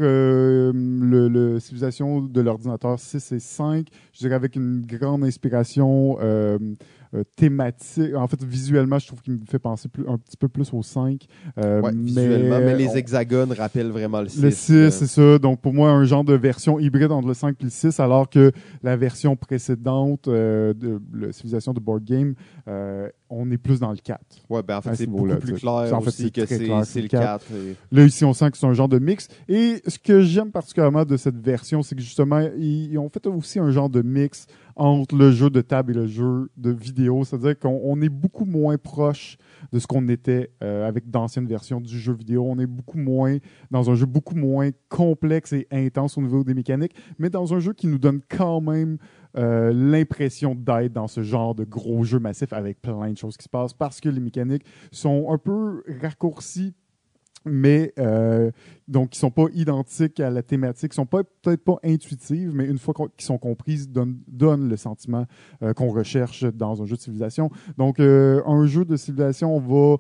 le Civilization de l'ordinateur 6 et 5, je dirais avec une grande inspiration thématique. En fait, visuellement, je trouve qu'il me fait penser un petit peu plus au 5. Visuellement, mais les hexagones rappellent vraiment le 6. Le 6, c'est ça. Donc, pour moi, un genre de version hybride entre le 5 et le 6, alors que la version précédente de la Civilization de Board Game, on est plus dans le 4. Ouais, ben en fait, c'est beaucoup plus clair aussi que c'est le 4. Là, ici, on sent que c'est un genre de mix. Et ce que j'aime particulièrement de cette version, c'est que justement, ils ont fait aussi un genre de mix entre le jeu de table et le jeu de vidéo. C'est-à-dire qu'on est beaucoup moins proche de ce qu'on était avec d'anciennes versions du jeu vidéo. On est beaucoup moins dans un jeu beaucoup moins complexe et intense au niveau des mécaniques, mais dans un jeu qui nous donne quand même l'impression d'être dans ce genre de gros jeu massif avec plein de choses qui se passent parce que les mécaniques sont un peu raccourcies, mais donc qui sont pas identiques à la thématique, sont peut-être pas intuitives, mais une fois qu'ils sont comprises, donnent le sentiment qu'on recherche dans un jeu de civilisation. Donc un jeu de civilisation,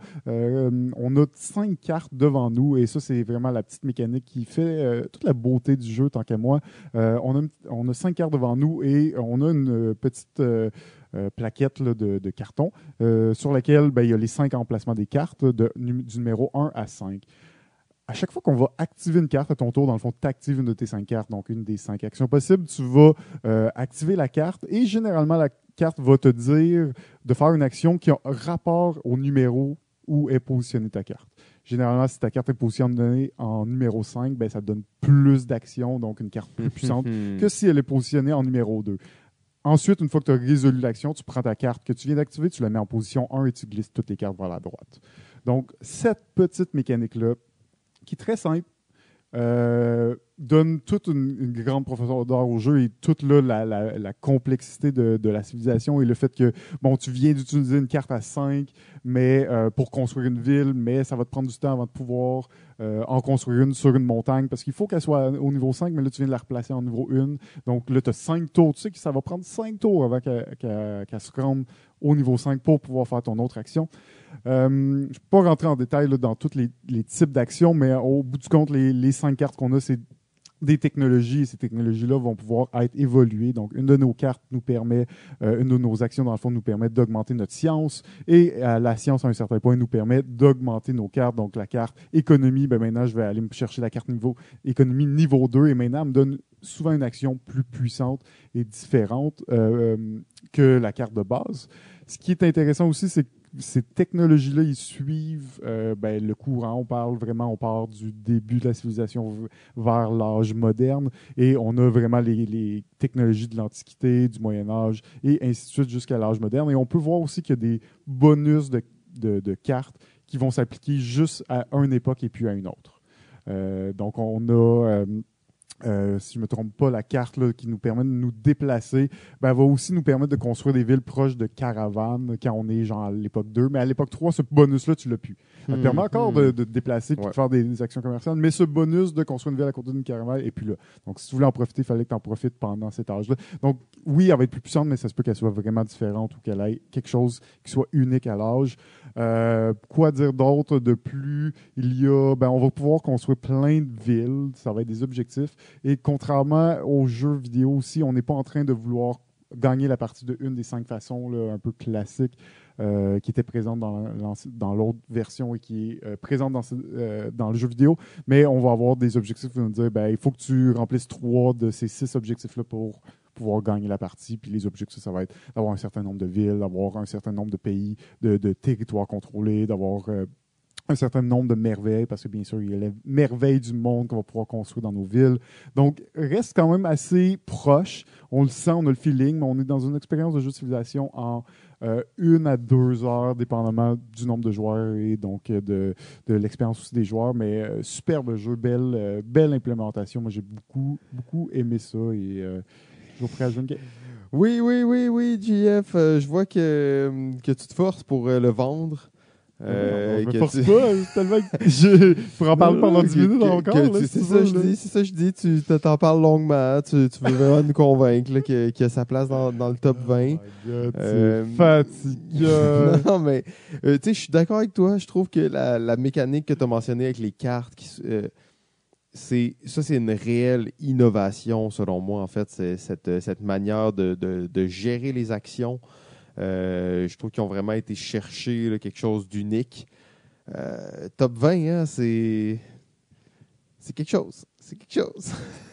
on a 5 cartes devant nous, et ça c'est vraiment la petite mécanique qui fait toute la beauté du jeu, tant qu'à moi. On a 5 cartes devant nous et on a une petite plaquette là, de carton sur laquelle il y a les 5 emplacements des cartes du numéro 1 à 5. À chaque fois qu'on va activer une carte à ton tour, dans le fond, tu actives une de tes 5 cartes, donc une des 5 actions possibles, tu vas activer la carte et généralement la carte va te dire de faire une action qui a rapport au numéro où est positionnée ta carte. Généralement, si ta carte est positionnée en numéro 5, ça te donne plus d'actions, donc une carte plus puissante que si elle est positionnée en numéro 2. Ensuite, une fois que tu as résolu l'action, tu prends ta carte que tu viens d'activer, tu la mets en position 1 et tu glisses toutes les cartes vers la droite. Donc, cette petite mécanique-là, qui est très simple, donne toute une grande profondeur au jeu et toute la complexité de la civilisation et le fait que, tu viens d'utiliser une carte à 5 mais, pour construire une ville, mais ça va te prendre du temps avant de pouvoir en construire une sur une montagne parce qu'il faut qu'elle soit au niveau 5, mais là, tu viens de la replacer en niveau 1. Donc là, tu as 5 tours. Tu sais que ça va prendre 5 tours avant qu'elle se rende au niveau 5 pour pouvoir faire ton autre action. Je ne vais pas rentrer en détail là, dans tous les types d'actions, mais au bout du compte, les 5 cartes qu'on a, c'est des technologies, et ces technologies-là vont pouvoir être évoluées. Donc, une de nos cartes nous permet, une de nos actions, dans le fond, nous permet d'augmenter notre science, et la science, à un certain point, nous permet d'augmenter nos cartes. Donc, la carte économie, maintenant, je vais aller me chercher la carte économie niveau 2, et maintenant, elle me donne souvent une action plus puissante et différente que la carte de base. Ce qui est intéressant aussi, c'est que ces technologies-là, ils suivent le courant. On part du début de la civilisation vers l'âge moderne et on a vraiment les technologies de l'Antiquité, du Moyen Âge et ainsi de suite jusqu'à l'âge moderne. Et on peut voir aussi qu'il y a des bonus de cartes qui vont s'appliquer juste à une époque et puis à une autre. Donc, on a... si je ne me trompe pas, la carte là, qui nous permet de nous déplacer, va aussi nous permettre de construire des villes proches de caravanes quand on est genre à l'époque 2. Mais à l'époque 3, ce bonus-là, tu l'as plus. Ça te permet encore de te déplacer et de faire des actions commerciales, mais ce bonus de construire une ville à côté d'une caravane est plus là. Donc, si tu voulais en profiter, il fallait que tu en profites pendant cet âge-là. Donc, oui, elle va être plus puissante, mais ça se peut qu'elle soit vraiment différente ou qu'elle ait quelque chose qui soit unique à l'âge. Quoi dire d'autre de plus? On va pouvoir construire plein de villes. Ça va être des objectifs. Et contrairement aux jeux vidéo aussi, on n'est pas en train de vouloir gagner la partie de une des 5 façons là, un peu classiques qui était présente dans l'autre version et qui est présente dans le jeu vidéo. Mais on va avoir des objectifs qui vont nous dire il faut que tu remplisses 3 de ces 6 objectifs-là pour pouvoir gagner la partie. Puis les objectifs, ça va être d'avoir un certain nombre de villes, d'avoir un certain nombre de pays, de territoires contrôlés, d'avoir un certain nombre de merveilles, parce que bien sûr, il y a les merveilles du monde qu'on va pouvoir construire dans nos villes. Donc, reste quand même assez proche. On le sent, on a le feeling, mais on est dans une expérience de jeu de civilisation en 1 à 2 heures, dépendamment du nombre de joueurs et donc de l'expérience aussi des joueurs. Mais superbe jeu, belle implémentation. Moi, j'ai beaucoup, beaucoup aimé ça et toujours prêt à jouer une game. Oui, JF. Je vois que tu te forces pour le vendre. Je me force pas, tellement que je pourrais en parler pendant 10 minutes encore. C'est ça, je dis. Tu t'en parles longuement. Tu veux vraiment nous convaincre là, qu'il y a sa place dans le top 20. Oh my God, c'est fatigant. Non, mais je suis d'accord avec toi. Je trouve que la mécanique que tu as mentionnée avec les cartes, c'est une réelle innovation, selon moi, en fait. C'est cette manière de gérer les actions. Je trouve qu'ils ont vraiment été chercher là, quelque chose d'unique. Top 20, hein, c'est quelque chose. C'est quelque chose.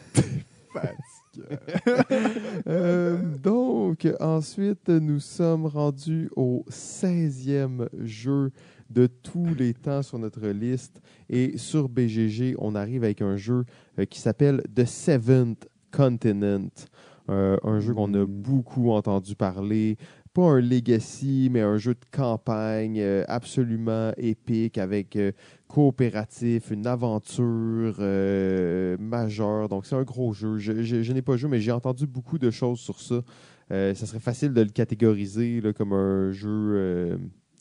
Donc, ensuite, nous sommes rendus au 16e jeu de tous les temps sur notre liste. Et sur BGG, on arrive avec un jeu qui s'appelle The Seventh Continent. Un jeu qu'on a beaucoup entendu parler. Pas un legacy, mais un jeu de campagne absolument épique avec coopératif, une aventure majeure. Donc, c'est un gros jeu. Je n'ai pas joué, mais j'ai entendu beaucoup de choses sur ça. Ça serait facile de le catégoriser là, comme un jeu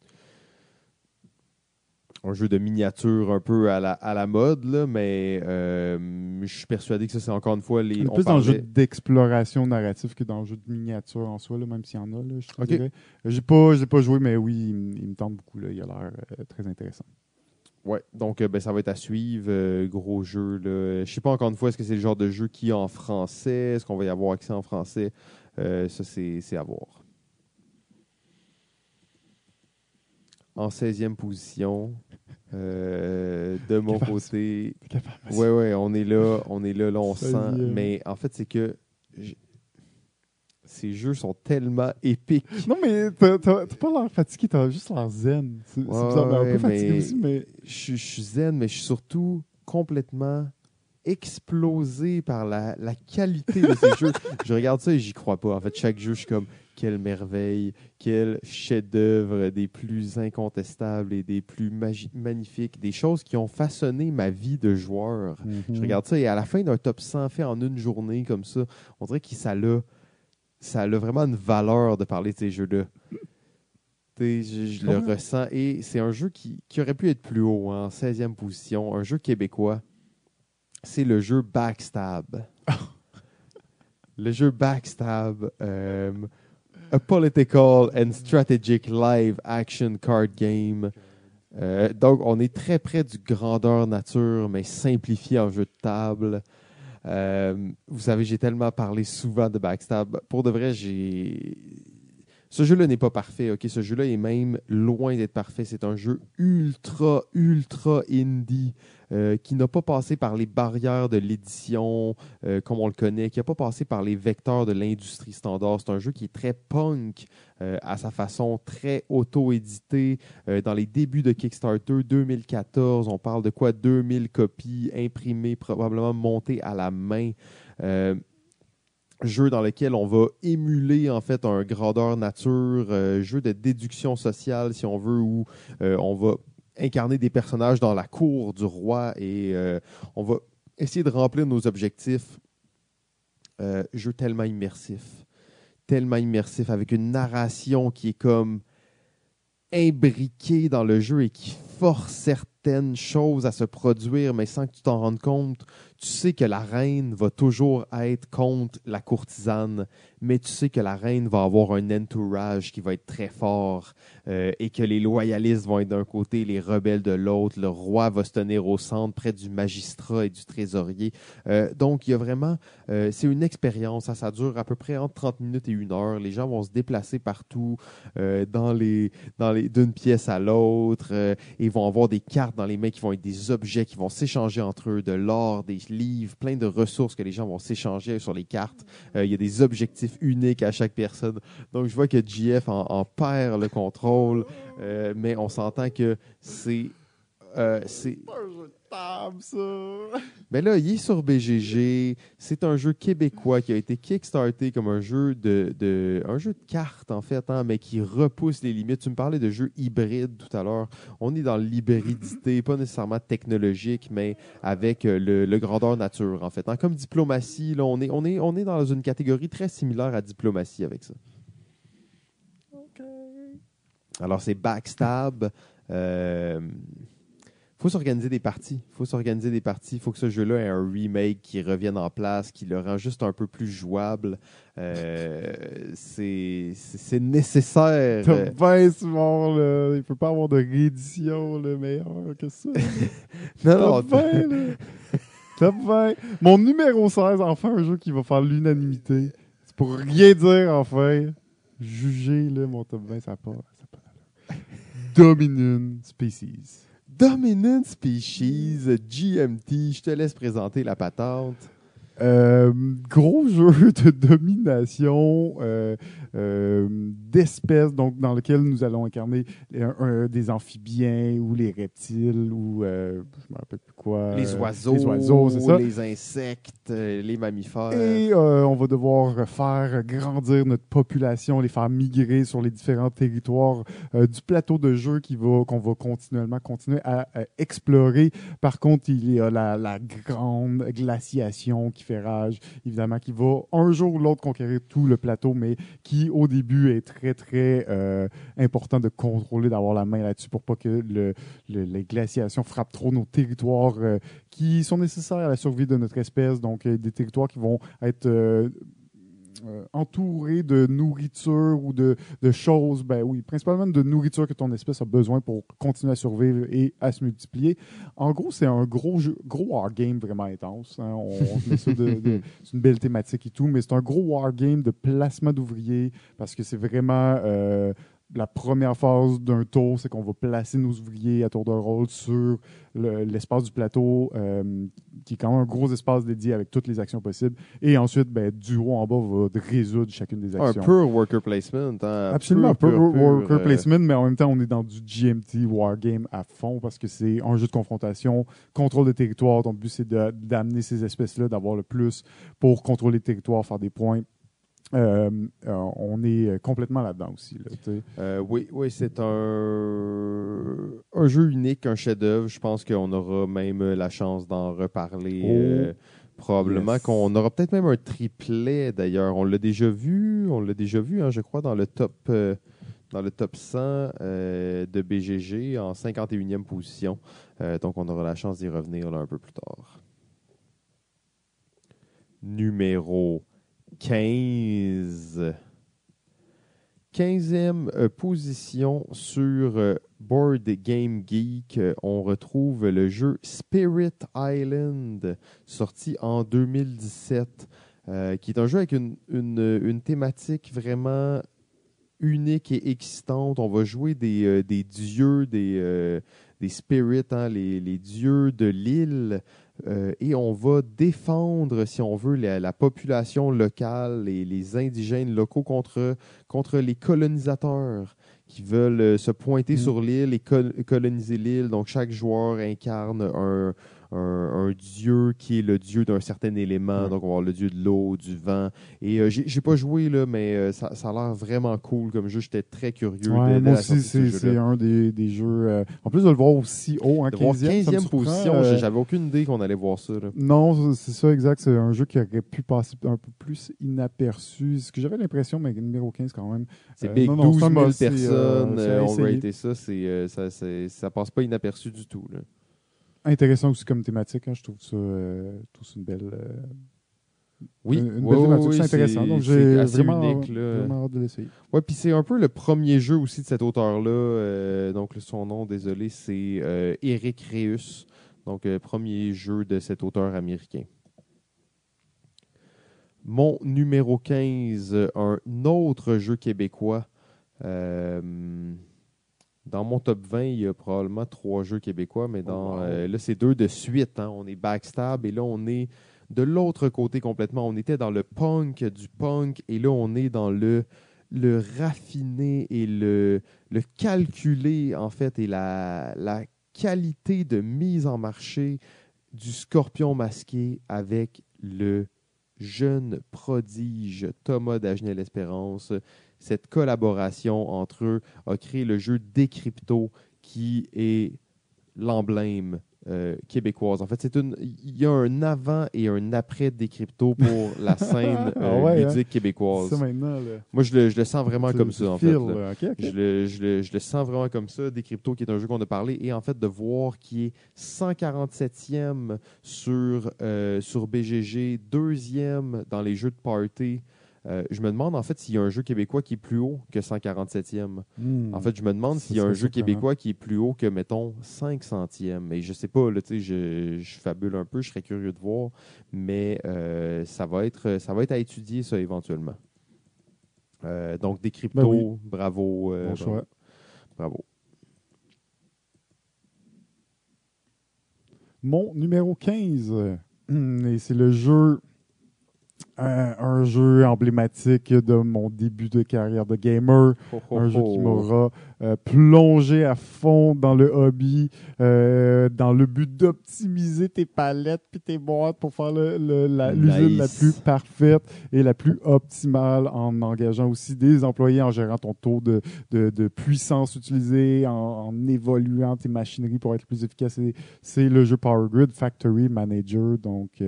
de miniature un peu à la mode, là, mais je suis persuadé que ça, c'est encore une fois... On est plus dans le jeu d'exploration narrative que dans le jeu de miniature en soi, là, même s'il y en a, là, je dirais. Je l'ai pas joué, mais oui, il me tente beaucoup. Là, il a l'air très intéressant. Ouais, donc ça va être à suivre, gros jeu. Là. Je sais pas encore une fois, est-ce que c'est le genre de jeu qui est en français? Est-ce qu'on va y avoir accès en français? Ça, c'est à voir. En 16e position, de mon côté. Ouais, on est là, on sent. Mais en fait, c'est que ces jeux sont tellement épiques. Non, mais t'as pas l'air fatigué, t'as juste l'air zen. C'est bizarre, mais un peu fatigué aussi, mais... Je suis zen, mais je suis surtout complètement explosé par la qualité de ces jeux. Je regarde ça et j'y crois pas. En fait, chaque jeu, je suis comme, quelle merveille, quel chef-d'œuvre des plus incontestables et des plus magnifiques, des choses qui ont façonné ma vie de joueur. Mm-hmm. Je regarde ça et à la fin d'un top 100 fait en une journée comme ça, on dirait que ça a vraiment une valeur de parler de ces jeux-là. Je le ressens et c'est un jeu qui aurait pu être plus haut, hein, en 16e position, un jeu québécois. C'est le jeu Backstab. Le jeu Backstab, a political and strategic live action card game. Donc, on est très près du grandeur nature, mais simplifié en jeu de table. Vous savez, j'ai tellement parlé souvent de Backstab. Pour de vrai, Ce jeu-là n'est pas parfait, ok? Ce jeu-là est même loin d'être parfait. C'est un jeu ultra, ultra indie qui n'a pas passé par les barrières de l'édition comme on le connaît, qui n'a pas passé par les vecteurs de l'industrie standard. C'est un jeu qui est très punk à sa façon, très auto-édité. Dans les débuts de Kickstarter 2014, on parle de quoi? 2000 copies imprimées, probablement montées à la main. Jeu dans lequel on va émuler en fait un grandeur nature, jeu de déduction sociale si on veut, où on va incarner des personnages dans la cour du roi et on va essayer de remplir nos objectifs. Jeu tellement immersif avec une narration qui est comme imbriquée dans le jeu et qui force certaines choses à se produire, mais sans que tu t'en rendes compte. Tu sais que la reine va toujours être contre la courtisane, mais tu sais que la reine va avoir un entourage qui va être très fort et que les loyalistes vont être d'un côté, les rebelles de l'autre. Le roi va se tenir au centre, près du magistrat et du trésorier. Donc, il y a vraiment... c'est une expérience. Ça dure à peu près entre 30 minutes et 1 heure. Les gens vont se déplacer partout d'une pièce à l'autre. Ils vont avoir des cartes dans les mains qui vont être des objets qui vont s'échanger entre eux, de l'or, des livres, plein de ressources que les gens vont s'échanger sur les cartes. Il y a des objectifs uniques à chaque personne. Donc, je vois que JF en perd le contrôle, mais on s'entend que c'est pas un jeu de table, ça. Mais là, il est sur BGG. C'est un jeu québécois qui a été kickstarté comme un jeu un jeu de cartes, en fait, hein, mais qui repousse les limites. Tu me parlais de jeux hybrides tout à l'heure. On est dans l'hybridité, pas nécessairement technologique, mais avec le grandeur nature, en fait. Hein. Comme Diplomatie, là, on est dans une catégorie très similaire à Diplomatie avec ça. OK. Alors, c'est Backstab. Faut s'organiser des parties. Il faut que ce jeu-là ait un remake qui revienne en place, qui le rend juste un peu plus jouable. C'est nécessaire. Top 20, Simon, là. Il peut pas avoir de réédition là, meilleure que ça. Non, Top 20, là. Top 20. Mon numéro 16, enfin, un jeu qui va faire l'unanimité. C'est pour rien dire, enfin. Juger, là, mon top 20, ça part. Dominion Species. Dominant Species, GMT, je te laisse présenter la patente. Gros jeu de domination d'espèces, donc dans lequel nous allons incarner des amphibiens ou les reptiles ou je me rappelle plus quoi. Les oiseaux, c'est ça. les insectes, les mammifères. Et on va devoir faire grandir notre population, les faire migrer sur les différents territoires du plateau de jeu qu'on va continuer à explorer. Par contre, il y a la grande glaciation qui fait rage, évidemment, qui va un jour ou l'autre conquérir tout le plateau, mais qui, au début, est très, très important de contrôler, d'avoir la main là-dessus pour pas que les glaciations frappent trop nos territoires qui sont nécessaires à la survie de notre espèce. Donc, des territoires qui vont être entourés de nourriture ou de choses, ben oui, principalement de nourriture que ton espèce a besoin pour continuer à survivre et à se multiplier. En gros, c'est un gros wargame vraiment intense. Hein. On met ça c'est une belle thématique et tout, mais c'est un gros wargame de placement d'ouvriers parce que c'est vraiment la première phase d'un tour, c'est qu'on va placer nos ouvriers à tour de rôle sur l'espace du plateau, qui est quand même un gros espace dédié avec toutes les actions possibles. Et ensuite, ben, du haut en bas, on va résoudre chacune des actions. Un pur worker placement. Hein, absolument, pur worker placement, mais en même temps, on est dans du GMT Wargame à fond parce que c'est un jeu de confrontation, contrôle de territoire. Ton but, c'est d'amener ces espèces-là, d'avoir le plus pour contrôler le territoire, faire des points. On est complètement là-dedans aussi. Là, oui, c'est un jeu unique, un chef-d'œuvre. Je pense qu'on aura même la chance d'en reparler. Probablement qu'on aura peut-être même un triplet d'ailleurs. On l'a déjà vu, hein, je crois, dans le top 100 de BGG en 51e position. Donc on aura la chance d'y revenir là, un peu plus tard. Numéro 15. 15e position sur Board Game Geek. On retrouve le jeu Spirit Island, sorti en 2017, qui est un jeu avec une thématique vraiment unique et excitante. On va jouer des dieux, des spirits, hein, les dieux de l'île. Et on va défendre, si on veut, la population locale, les indigènes locaux contre les colonisateurs qui veulent se pointer sur l'île et coloniser l'île. Donc, chaque joueur incarne un dieu qui est le dieu d'un certain élément. Donc, on va avoir le dieu de l'eau, du vent. Et j'ai pas joué, là, mais ça a l'air vraiment cool comme jeu. J'étais très curieux. Ouais, moi aussi, c'est un des jeux... en plus de le voir aussi haut, en 15e position, j'avais aucune idée qu'on allait voir ça. Là. Non, c'est ça, exact. C'est un jeu qui aurait pu passer un peu plus inaperçu. Ce que j'avais l'impression, mais numéro 15 quand même. C'est big, 12 000 personnes ont raté ça. Ça passe pas inaperçu du tout. Là. Intéressant aussi comme thématique. Hein, je trouve ça une belle... une belle thématique, c'est intéressant. Donc, j'ai vraiment unique, vraiment hâte de l'essayer. Ouais, puis c'est un peu le premier jeu aussi de cet auteur-là. Donc, son nom, désolé, c'est Eric Reus. Donc, premier jeu de cet auteur américain. Mon numéro 15, un autre jeu québécois. Dans mon top 20, il y a probablement 3 jeux québécois, mais là, c'est 2 de suite. Hein. On est Backstab et là, on est de l'autre côté complètement. On était dans le punk du punk et là, on est dans le raffiné et le calculé, en fait, et la qualité de mise en marché du Scorpion masqué avec le jeune prodige Thomas Dagenais-Espérance. Cette collaboration entre eux a créé le jeu Décrypto qui est l'emblème québécoise. En fait, il y a un avant et un après Décrypto pour la scène ludique québécoise. Ça maintenant, moi, je le sens vraiment comme ça, en fait. Okay. Je le sens vraiment comme ça. Décrypto, qui est un jeu qu'on a parlé, et en fait, de voir qu'il est 147e sur BGG, 2e dans les jeux de party. Je me demande en fait s'il y a un jeu québécois qui est plus haut que 147e. En fait, je me demande s'il y a un jeu québécois qui est plus haut que, mettons, 500e. Et je sais pas, là, je fabule un peu, je serais curieux de voir, mais ça va être à étudier, ça, éventuellement. Donc, Décrypto, bravo. Bon choix. Bravo. Mon numéro 15, et c'est le jeu... un jeu emblématique de mon début de carrière de gamer. Un jeu qui m'aura plongé à fond dans le hobby, dans le but d'optimiser tes palettes puis tes boîtes pour faire l'usine la plus parfaite et la plus optimale, en engageant aussi des employés, en gérant ton taux de puissance utilisée, en évoluant tes machineries pour être plus efficace. C'est le jeu Power Grid Factory Manager. Donc,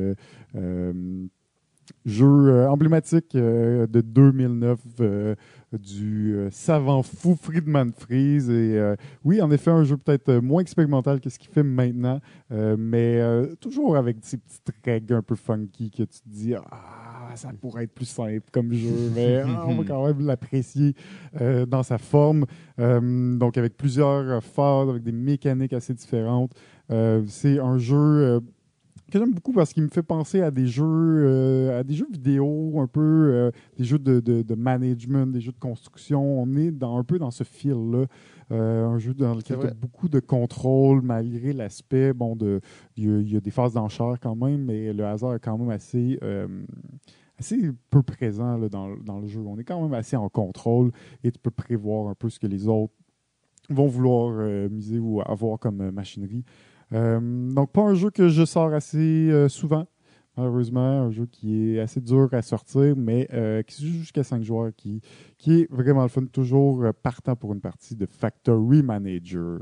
jeu emblématique de 2009 du savant fou Friedman Freeze. Et oui, en effet, un jeu peut-être moins expérimental que ce qu'il fait maintenant, mais toujours avec ces petites règles un peu funky que tu te dis ça pourrait être plus simple comme jeu, mais on va quand même l'apprécier dans sa forme. Donc, avec plusieurs phases, avec des mécaniques assez différentes. C'est un jeu... que j'aime beaucoup parce qu'il me fait penser à des jeux vidéo, un peu des jeux de management, des jeux de construction. On est un peu dans ce fil-là. Un jeu dans lequel il y a beaucoup de contrôle, malgré l'aspect, il y a des phases d'enchère quand même, mais le hasard est quand même assez peu présent là, dans le jeu. On est quand même assez en contrôle et tu peux prévoir un peu ce que les autres vont vouloir miser ou avoir comme machinerie. Donc, pas un jeu que je sors assez souvent, malheureusement. Un jeu qui est assez dur à sortir, mais qui se joue jusqu'à 5 joueurs, qui est vraiment le fun. Toujours partant pour une partie de Factory Manager.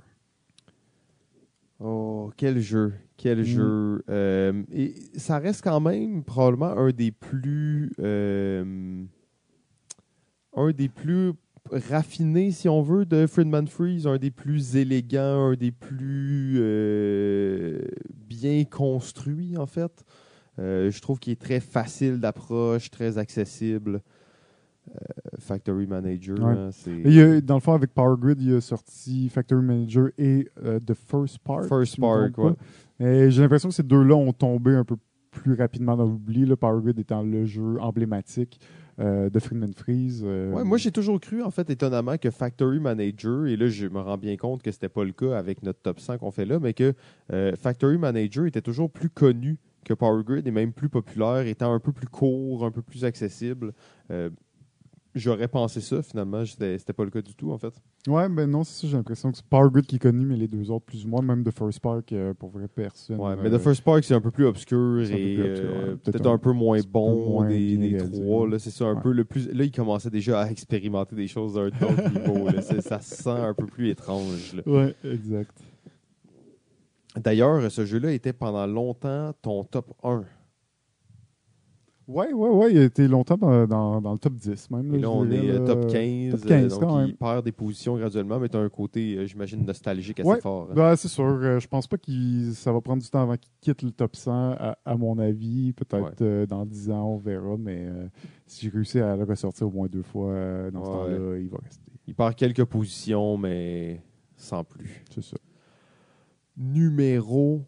Oh, quel jeu! Quel jeu! Et ça reste quand même probablement un des plus raffiné, si on veut, de Friedman Freeze, un des plus élégants, un des plus bien construits, en fait. Je trouve qu'il est très facile d'approche, très accessible. Factory Manager, hein, c'est... dans le fond, avec Power Grid, il a sorti Factory Manager et The First Part. Et j'ai l'impression que ces deux-là ont tombé un peu plus rapidement dans l'oubli, Power Grid étant le jeu emblématique. de Friedman Freeze. Ouais, moi, j'ai toujours cru, en fait, étonnamment, que Factory Manager, et là, je me rends bien compte que c'était pas le cas avec notre top 100 qu'on fait là, mais que Factory Manager était toujours plus connu que Power Grid et même plus populaire, étant un peu plus court, un peu plus accessible. J'aurais pensé ça, finalement. C'était pas le cas du tout, en fait. Ouais, ben non, c'est ça, j'ai l'impression que c'est Power Grid qui est connu, mais les deux autres, plus ou moins, même The First Park, pour vrai, personne. Ouais, mais The First Park, c'est un peu plus obscur c'est un peu et plus obscur, ouais. peut-être un peu moins petit peu bon moins des bien réalisé, trois. ouais. Là, c'est ça, un Ouais. peu le plus. Là, il commençait déjà à expérimenter des choses d'un autre niveau. Là. Ça se sent un peu plus étrange. Là. Ouais, exact. D'ailleurs, ce jeu-là était pendant longtemps ton top 1. Ouais, il a été longtemps dans le top 10 même. Et là, on est top 15. Top 15 donc, quand même. il perd des positions graduellement, mais tu as un côté, j'imagine, nostalgique assez Ouais, fort. Hein. ben, c'est sûr. Je pense pas que ça va prendre du temps avant qu'il quitte le top 100, à mon avis. Peut-être dans 10 ans, on verra. Mais si j'ai réussi à le ressortir au moins 2 fois dans ce temps-là, il va rester. Il perd quelques positions, mais sans plus. C'est ça. Numéro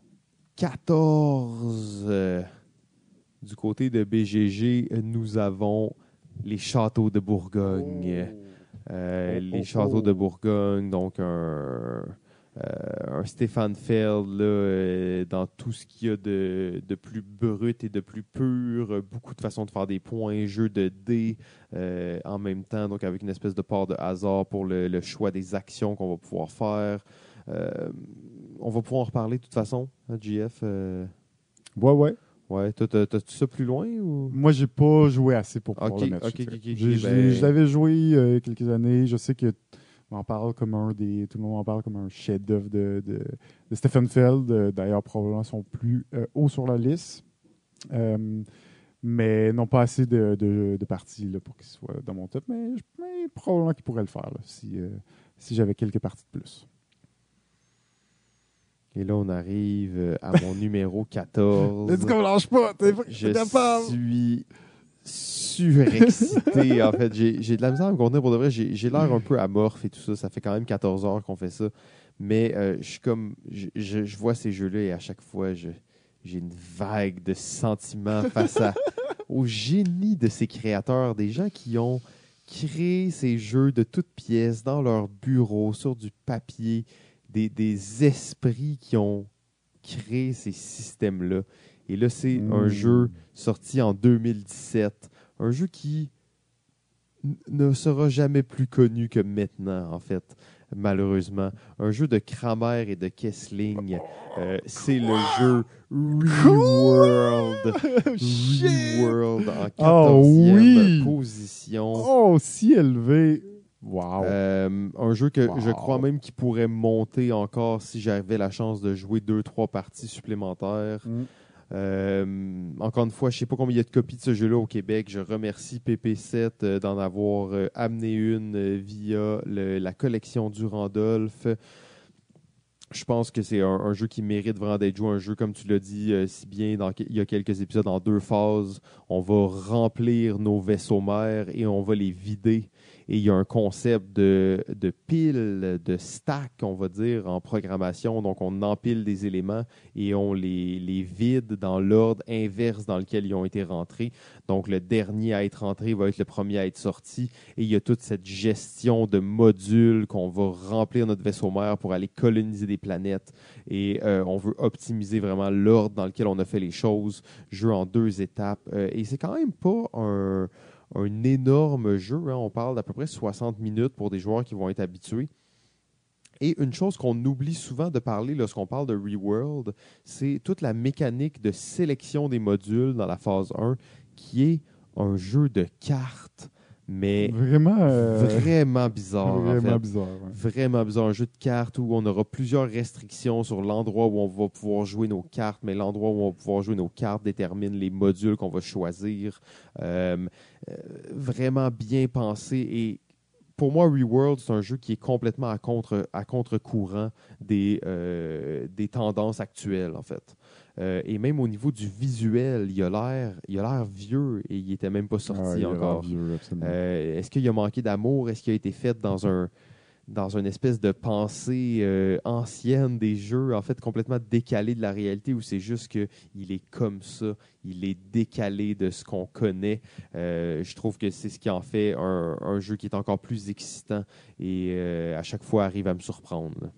14. Du côté de BGG, nous avons les châteaux de Bourgogne. Les châteaux de Bourgogne, donc un Stéphane Feld là, dans tout ce qu'il y a de plus brut et de plus pur, beaucoup de façons de faire des points, jeu de dés en même temps, donc avec une espèce de part de hasard pour le choix des actions qu'on va pouvoir faire. On va pouvoir en reparler de toute façon, hein, JF. Ouais. Ouais, toi, t'as-tu ça plus loin ou? Moi, j'ai pas joué assez pour pouvoir Ok, le mettre. ok, sur ok, Twitter. ok, Je l'avais joué il y a quelques années. Je sais que on en parle comme tout le monde en parle comme un chef-d'œuvre de Stefan Feld. D'ailleurs, probablement son plus haut sur la liste. Mais non pas assez de parties là, pour qu'il soit dans mon top. Mais probablement qu'il pourrait le faire là, si j'avais quelques parties de plus. Et là, on arrive à mon numéro 14. Let's go, lâche pas! Je suis surexcité. En fait, j'ai de la misère à me contenir pour de vrai. J'ai l'air un peu amorphe et tout ça. Ça fait quand même 14 heures qu'on fait ça. Mais je suis comme. Je vois ces jeux-là et à chaque fois, j'ai une vague de sentiments face au génie de ces créateurs. Des gens qui ont créé ces jeux de toutes pièces dans leur bureau, sur du papier. Des esprits qui ont créé ces systèmes-là. Et là, c'est un jeu sorti en 2017. Un jeu qui ne sera jamais plus connu que maintenant, en fait, malheureusement. Un jeu de Kramer et de Kessling. C'est le jeu Reworld. Reworld en 14e position. Oh, si élevé! Wow. Un jeu que je crois même qu'il pourrait monter encore si j'avais la chance de jouer 2-3 parties supplémentaires. Encore une fois, je ne sais pas combien il y a de copies de ce jeu-là au Québec. Je remercie PP7 d'en avoir amené une via la collection du Randolph. Je pense que c'est un jeu qui mérite vraiment d'être joué. Un jeu, comme tu l'as dit si bien, il y a quelques épisodes en 2 phases. On va remplir nos vaisseaux mères et on va les vider. Et il y a un concept de pile, de stack, on va dire, en programmation. Donc, on empile des éléments et on les vide dans l'ordre inverse dans lequel ils ont été rentrés. Donc, le dernier à être rentré va être le premier à être sorti. Et il y a toute cette gestion de modules qu'on va remplir notre vaisseau mère pour aller coloniser des planètes. Et on veut optimiser vraiment l'ordre dans lequel on a fait les choses. Jeu en 2 étapes. Et c'est quand même pas un énorme jeu. Hein. On parle d'à peu près 60 minutes pour des joueurs qui vont être habitués. Et une chose qu'on oublie souvent de parler lorsqu'on parle de Reworld, c'est toute la mécanique de sélection des modules dans la phase 1, qui est un jeu de cartes, mais vraiment bizarre. Vraiment en fait. bizarre. Ouais. Vraiment bizarre. Un jeu de cartes où on aura plusieurs restrictions sur l'endroit où on va pouvoir jouer nos cartes, mais l'endroit où on va pouvoir jouer nos cartes détermine les modules qu'on va choisir. Vraiment bien pensé. Et pour moi, Reworld, c'est un jeu qui est complètement à contre-courant des tendances actuelles, en fait. Et même au niveau du visuel, il a l'air vieux et il n'était même pas sorti encore. Vieux, est-ce qu'il a manqué d'amour? Est-ce qu'il a été fait dans un dans une espèce de pensée ancienne des jeux, en fait complètement décalée de la réalité, où c'est juste qu'il est comme ça, il est décalé de ce qu'on connaît. Je trouve que c'est ce qui en fait un jeu qui est encore plus excitant et à chaque fois arrive à me surprendre. Là.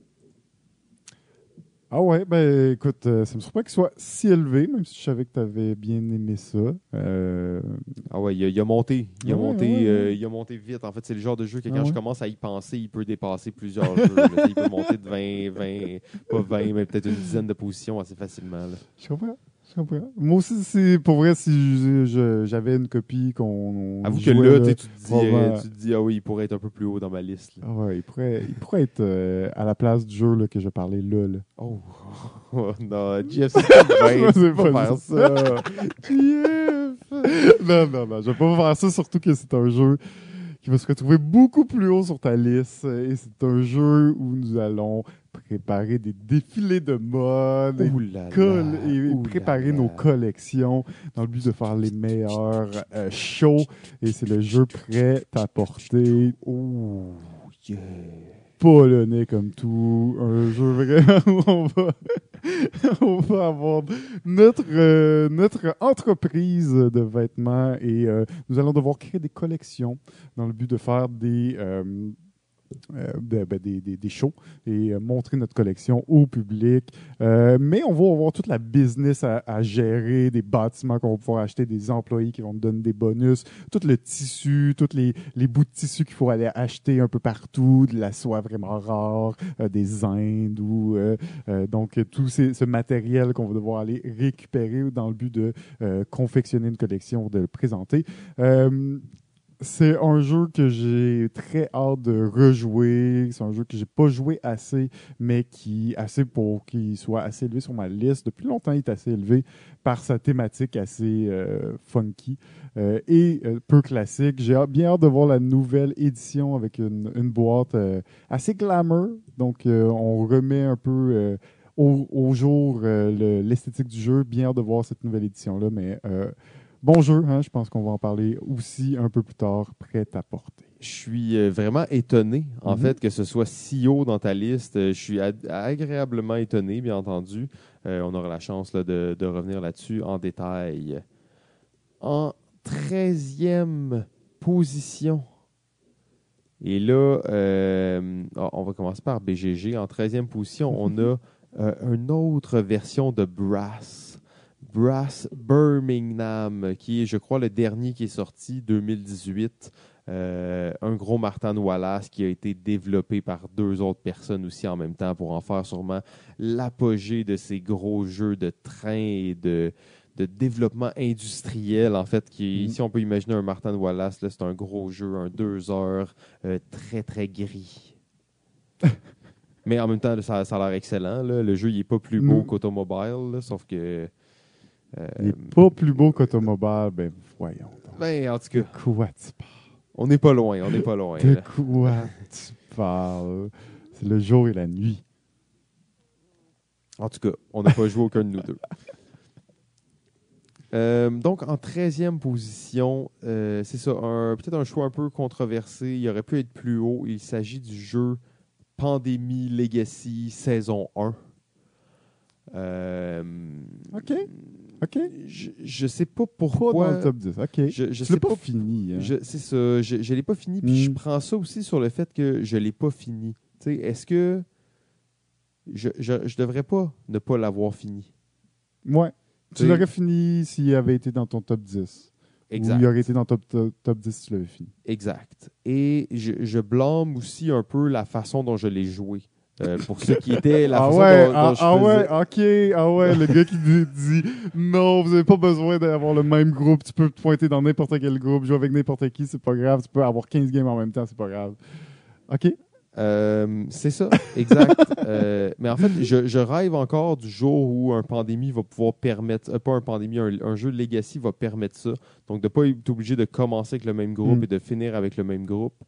Ah ouais, ben écoute, ça me surprend qu'il soit si élevé, même si je savais que tu avais bien aimé ça. Ah ouais, il a monté. Ouais. Il a monté vite. En fait, c'est le genre de jeu que Ah quand je ouais. commence à y penser, il peut dépasser plusieurs jeux. Là. Il peut monter de 20, pas 20, mais peut-être une dizaine de positions assez facilement. Là. Je comprends. Je comprends. Moi aussi, c'est pour vrai, si j'avais une copie qu'on Avoue que jouait, là, là, probablement- tu te dis, ah oui, il pourrait être un peu plus haut dans ma liste. Là. Ah ouais, il pourrait être à la place du jeu là, que je parlais là. Oh, non, Jeff, c'est pas bien, tu C'est peux pas faire ça. Jeff! Non, je vais pas faire ça, surtout que c'est un jeu qui va se retrouver beaucoup plus haut sur ta liste. Et c'est un jeu où nous allons préparer des défilés de mode Ouh là et ouh préparer là nos là. collections dans le but de faire les meilleurs shows. Et c'est le jeu prêt à porter. Ouh, yeah. Polonais comme tout, un jeu vraiment où on va avoir notre entreprise de vêtements et nous allons devoir créer des collections dans le but de faire des shows et montrer notre collection au public. Mais on va avoir toute la business à gérer, des bâtiments qu'on va pouvoir acheter, des employés qui vont nous donner des bonus, tout le tissu, tous les bouts de tissu qu'il faut aller acheter un peu partout, de la soie vraiment rare, des Indes ou donc tout ce matériel qu'on va devoir aller récupérer dans le but de confectionner une collection, de le présenter. C'est un jeu que j'ai très hâte de rejouer. C'est un jeu que j'ai pas joué assez, mais qui assez pour qu'il soit assez élevé sur ma liste. Depuis longtemps, il est assez élevé par sa thématique assez funky et peu classique. J'ai bien hâte de voir la nouvelle édition avec une boîte assez glamour. Donc, on remet un peu au jour l'esthétique du jeu. Bien hâte de voir cette nouvelle édition-là, mais bon jeu, hein, je pense qu'on va en parler aussi un peu plus tard, prêt à porter. Je suis vraiment étonné, en Mhm. fait, que ce soit si haut dans ta liste. Je suis agréablement étonné, bien entendu. On aura la chance là, de revenir là-dessus en détail. En 13e position. Et là, on va commencer par BGG. En 13e position, on a une autre version de Brass. Brass Birmingham, qui est, je crois, le dernier qui est sorti, 2018. Un gros Martin Wallace qui a été développé par deux autres personnes aussi en même temps pour en faire sûrement l'apogée de ces gros jeux de train et de développement industriel, en fait, si on peut imaginer un Martin Wallace, là, c'est un gros jeu, un 2 heures, très, très gris. Mais en même temps, ça a l'air excellent. Là. Le jeu, il n'est pas plus beau qu'Automobile, là, sauf que... Il n'est pas plus beau qu'Automobile, ben voyons donc. Ben, en tout cas, De quoi tu parles? on n'est pas loin, on n'est pas loin. De Là. quoi tu parles? C'est le jour et la nuit. En tout cas, on n'a pas joué aucun de nous deux. Donc, en 13e position, c'est ça, peut-être un choix un peu controversé. Il aurait pu être plus haut. Il s'agit du jeu Pandémie Legacy saison 1. OK. Je sais pas pourquoi. Pas dans le top 10. OK. Je Tu sais l'as pas fini. Hein? C'est ça. Je l'ai pas fini. Puis je prends ça aussi sur le fait que je l'ai pas fini. Tu sais, est-ce que je devrais pas ne pas l'avoir fini? Ouais. Tu T'sais, l'aurais fini s'il avait été dans ton top 10. Exact. Ou il aurait été dans ton top 10 si tu l'avais fini. Exact. Et je blâme aussi un peu la façon dont je l'ai joué. Pour ceux qui étaient la façon dont je faisais... le gars qui dit non, vous n'avez pas besoin d'avoir le même groupe, tu peux te pointer dans n'importe quel groupe, jouer avec n'importe qui, c'est pas grave, tu peux avoir 15 games en même temps, c'est pas grave. OK. C'est ça, exact. Mais en fait, je rêve encore du jour où un pandémie va pouvoir permettre, pas un pandémie, un jeu Legacy va permettre ça. Donc, de ne pas être obligé de commencer avec le même groupe et de finir avec le même groupe.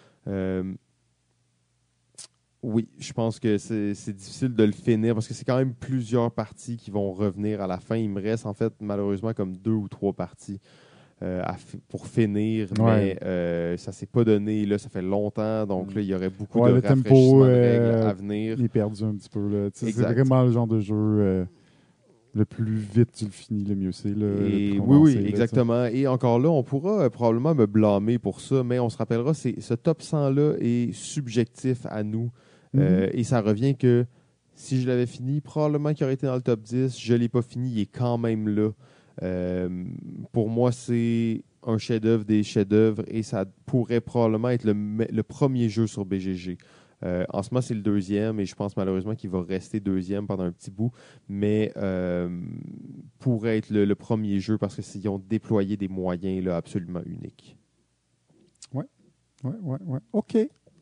Oui, je pense que c'est difficile de le finir parce que c'est quand même plusieurs parties qui vont revenir à la fin. Il me reste en fait malheureusement comme 2 ou 3 parties. pour finir, Ouais. mais ça ne s'est pas donné. Là, ça fait longtemps, donc là, il y aurait beaucoup Ouais, de le tempo, rafraîchissements de règles à venir. il est perdu un petit peu. Là. Tu sais, c'est Exact. vraiment le genre de jeu, le plus vite tu le finis, le mieux c'est, là, le plus Et condensé. oui, Là, exactement. Et encore là, on pourra probablement me blâmer pour ça, mais on se rappellera, ce top 100-là est subjectif à nous. Mhm. Et ça revient que si je l'avais fini, probablement qu'il aurait été dans le top 10. Je ne l'ai pas fini, il est quand même là. Pour moi, c'est un chef-d'œuvre des chefs-d'œuvre et ça pourrait probablement être le premier jeu sur BGG. En ce moment, c'est le deuxième et je pense malheureusement qu'il va rester deuxième pendant un petit bout, mais pourrait être le premier jeu parce qu'ils ont déployé des moyens là, absolument uniques. Ouais. OK.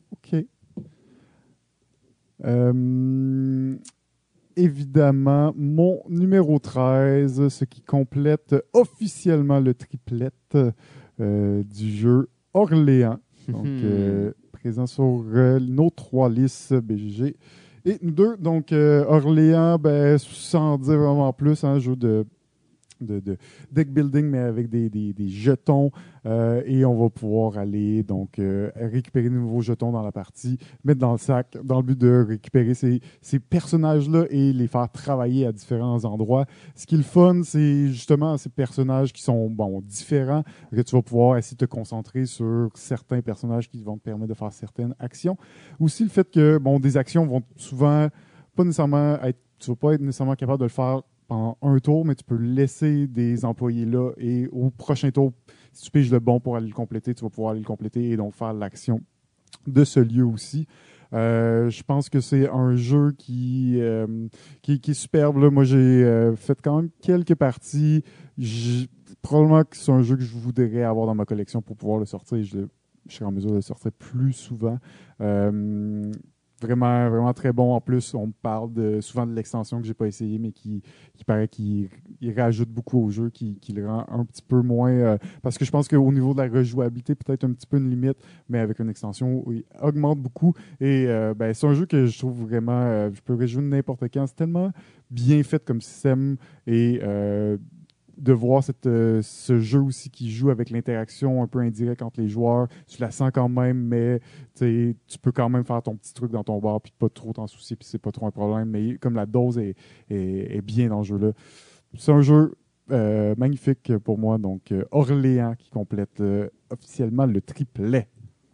Évidemment, mon numéro 13, ce qui complète officiellement le triplette du jeu Orléans. Donc, présent sur nos 3 listes BGG. Et nous deux, donc Orléans, ben, sans dire vraiment plus, un jeu de deck building, mais avec des jetons. Et on va pouvoir aller donc récupérer de nouveaux jetons dans la partie, mettre dans le sac, dans le but de récupérer ces personnages-là et les faire travailler à différents endroits. Ce qui est le fun, c'est justement ces personnages qui sont différents, que tu vas pouvoir essayer de te concentrer sur certains personnages qui vont te permettre de faire certaines actions. Aussi le fait que des actions vont souvent pas nécessairement être, tu vas pas être nécessairement capable de le faire pendant un tour, mais tu peux laisser des employés là et au prochain tour, si tu piges le bon pour aller le compléter, tu vas pouvoir aller le compléter et donc faire l'action de ce lieu aussi. Je pense que c'est un jeu qui est superbe. Là. Moi, j'ai fait quand même quelques parties. Probablement que c'est un jeu que je voudrais avoir dans ma collection pour pouvoir le sortir. Je serai en mesure de le sortir plus souvent. Vraiment, vraiment très bon. En plus, on me parle souvent de l'extension que j'ai pas essayé, mais qui paraît qu'il rajoute beaucoup au jeu, qui le rend un petit peu moins. Parce que je pense qu'au niveau de la rejouabilité, peut-être un petit peu une limite, mais avec une extension, il augmente beaucoup. Et c'est un jeu que je trouve vraiment. Je peux rejouer n'importe quand. C'est tellement bien fait comme système et de voir ce jeu aussi qui joue avec l'interaction un peu indirecte entre les joueurs. Tu la sens quand même, mais tu peux quand même faire ton petit truc dans ton bar puis pas trop t'en soucier puis c'est pas trop un problème. Mais comme la dose est bien dans ce jeu-là. C'est un jeu magnifique pour moi. Donc, Orléans qui complète officiellement le triplet.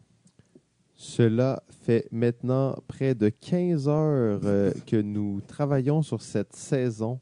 Cela fait maintenant près de 15 heures que nous travaillons sur cette saison.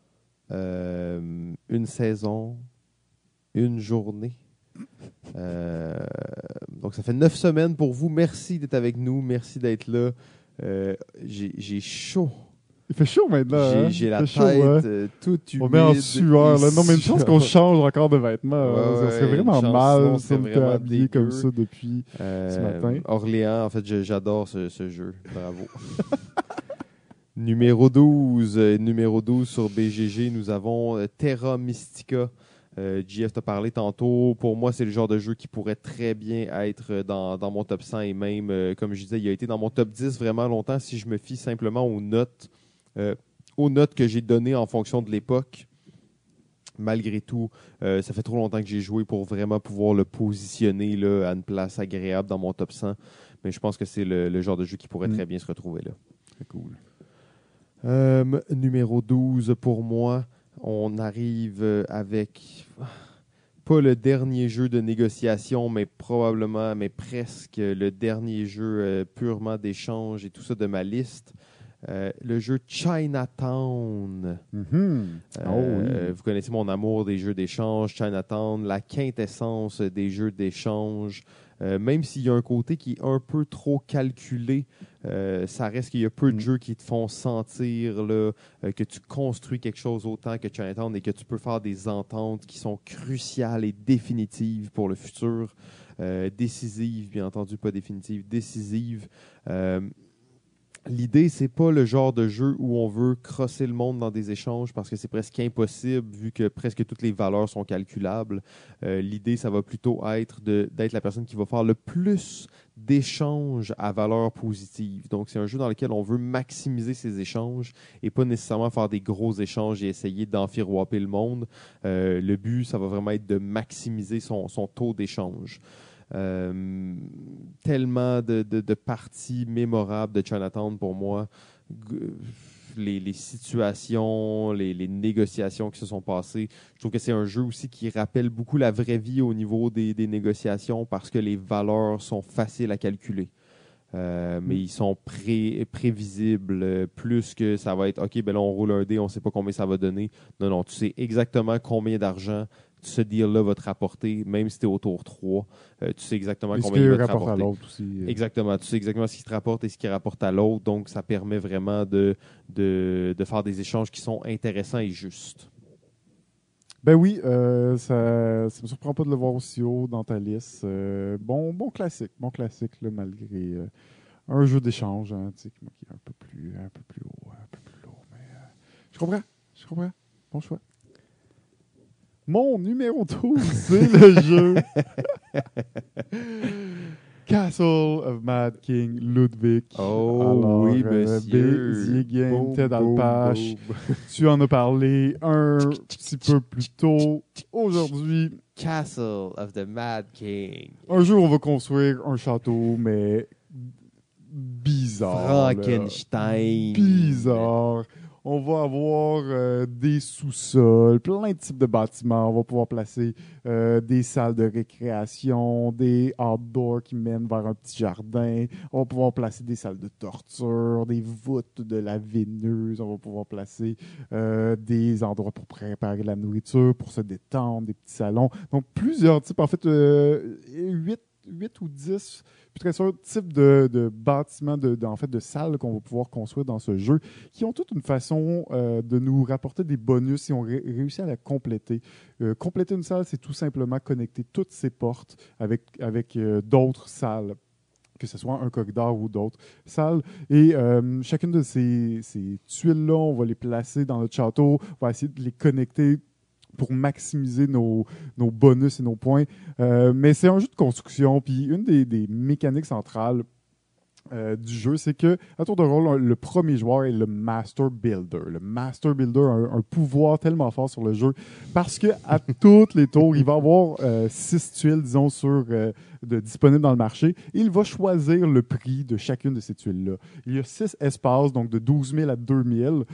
Une saison, une journée. Donc, ça fait 9 semaines pour vous. Merci d'être avec nous. Merci d'être là. J'ai chaud. Il fait chaud maintenant. Hein? J'ai la Il fait tête chaud, hein? toute humide. On met en sueur. Là. Non, mais une chance qu'on sueur. change encore de vêtements. Ouais, Ça serait ouais, vraiment une chance, mal sinon, si c'est on était vraiment habillé comme dégueu. ça depuis ce matin. Orléans, en fait, j'adore ce jeu. Bravo. Numéro 12 sur BGG, nous avons Terra Mystica. JF t'a parlé tantôt. Pour moi, c'est le genre de jeu qui pourrait très bien être dans mon top 100 et même, comme je disais, il a été dans mon top 10 vraiment longtemps si je me fie simplement aux notes que j'ai données en fonction de l'époque. Malgré tout, ça fait trop longtemps que j'ai joué pour vraiment pouvoir le positionner là, à une place agréable dans mon top 100. Mais je pense que c'est le genre de jeu qui pourrait très bien se retrouver là. C'est cool. Numéro 12 pour moi, on arrive avec pas le dernier jeu de négociation, mais probablement, mais presque le dernier jeu purement d'échange et tout ça de ma liste. Le jeu Chinatown. Mm-hmm. Vous connaissez mon amour des jeux d'échange. Chinatown, la quintessence des jeux d'échange. Même s'il y a un côté qui est un peu trop calculé, ça reste qu'il y a peu de jeux qui te font sentir là, que tu construis quelque chose autant que Chinatown et que tu peux faire des ententes qui sont cruciales et définitives pour le futur. Décisives, bien entendu, pas définitives, décisives. L'idée, c'est pas le genre de jeu où on veut crosser le monde dans des échanges parce que c'est presque impossible vu que presque toutes les valeurs sont calculables. L'idée, ça va plutôt être d'être la personne qui va faire le plus d'échanges à valeur positive. Donc, c'est un jeu dans lequel on veut maximiser ces échanges et pas nécessairement faire des gros échanges et essayer d'enfiroiper le monde. Le but, ça va vraiment être de maximiser son taux d'échange. Tellement de parties mémorables de Chinatown pour moi. Les situations, les négociations qui se sont passées. Je trouve que c'est un jeu aussi qui rappelle beaucoup la vraie vie au niveau des négociations parce que les valeurs sont faciles à calculer. Mais ils sont prévisibles plus que ça va être OK, ben là on roule un dé, on ne sait pas combien ça va donner. Non, tu sais exactement combien d'argent ce deal-là va te rapporter, même si tu es au tour 3. Tu sais exactement combien il va te rapporter. À l'autre aussi. Exactement. Tu sais exactement ce qui te rapporte et ce qui rapporte à l'autre. Donc, ça permet vraiment de faire des échanges qui sont intéressants et justes. Ben oui, ça ne me surprend pas de le voir aussi haut dans ta liste. Bon classique, là, malgré un jeu d'échange, hein, qui est un peu plus haut, un peu plus lourd. Mais je comprends. Bon choix. Mon numéro 12, c'est le jeu Castle of Mad King Ludwig. Alors, oui, monsieur. The Game, Ted Alpage. Tu en as parlé un petit peu plus tôt. Aujourd'hui, Castle of the Mad King. Un jour, on va construire un château, mais bizarre. Frankenstein. Bizarre. On va avoir des sous-sols, plein de types de bâtiments. On va pouvoir placer des salles de récréation, des outdoors qui mènent vers un petit jardin. On va pouvoir placer des salles de torture, des voûtes de la Vénus. On va pouvoir placer des endroits pour préparer la nourriture, pour se détendre, des petits salons. Donc, plusieurs types. En fait, 8 ou 10, puis très sûr, types de bâtiments, en fait, de salles qu'on va pouvoir construire dans ce jeu, qui ont toute une façon de nous rapporter des bonus si on réussit à la compléter. Compléter une salle, c'est tout simplement connecter toutes ces portes avec d'autres salles, que ce soit un corridor ou d'autres salles. Et chacune de ces tuiles-là, on va les placer dans notre château, on va essayer de les connecter pour maximiser nos bonus et nos points. Mais c'est un jeu de construction, puis une des mécaniques centrales du jeu, c'est que à tour de rôle, le premier joueur est le Master Builder. Le Master Builder a un pouvoir tellement fort sur le jeu parce que à tous les tours, il va avoir 6 tuiles, disons, disponibles dans le marché. Et il va choisir le prix de chacune de ces tuiles-là. Il y a 6 espaces, donc de 12 000 à 2 000.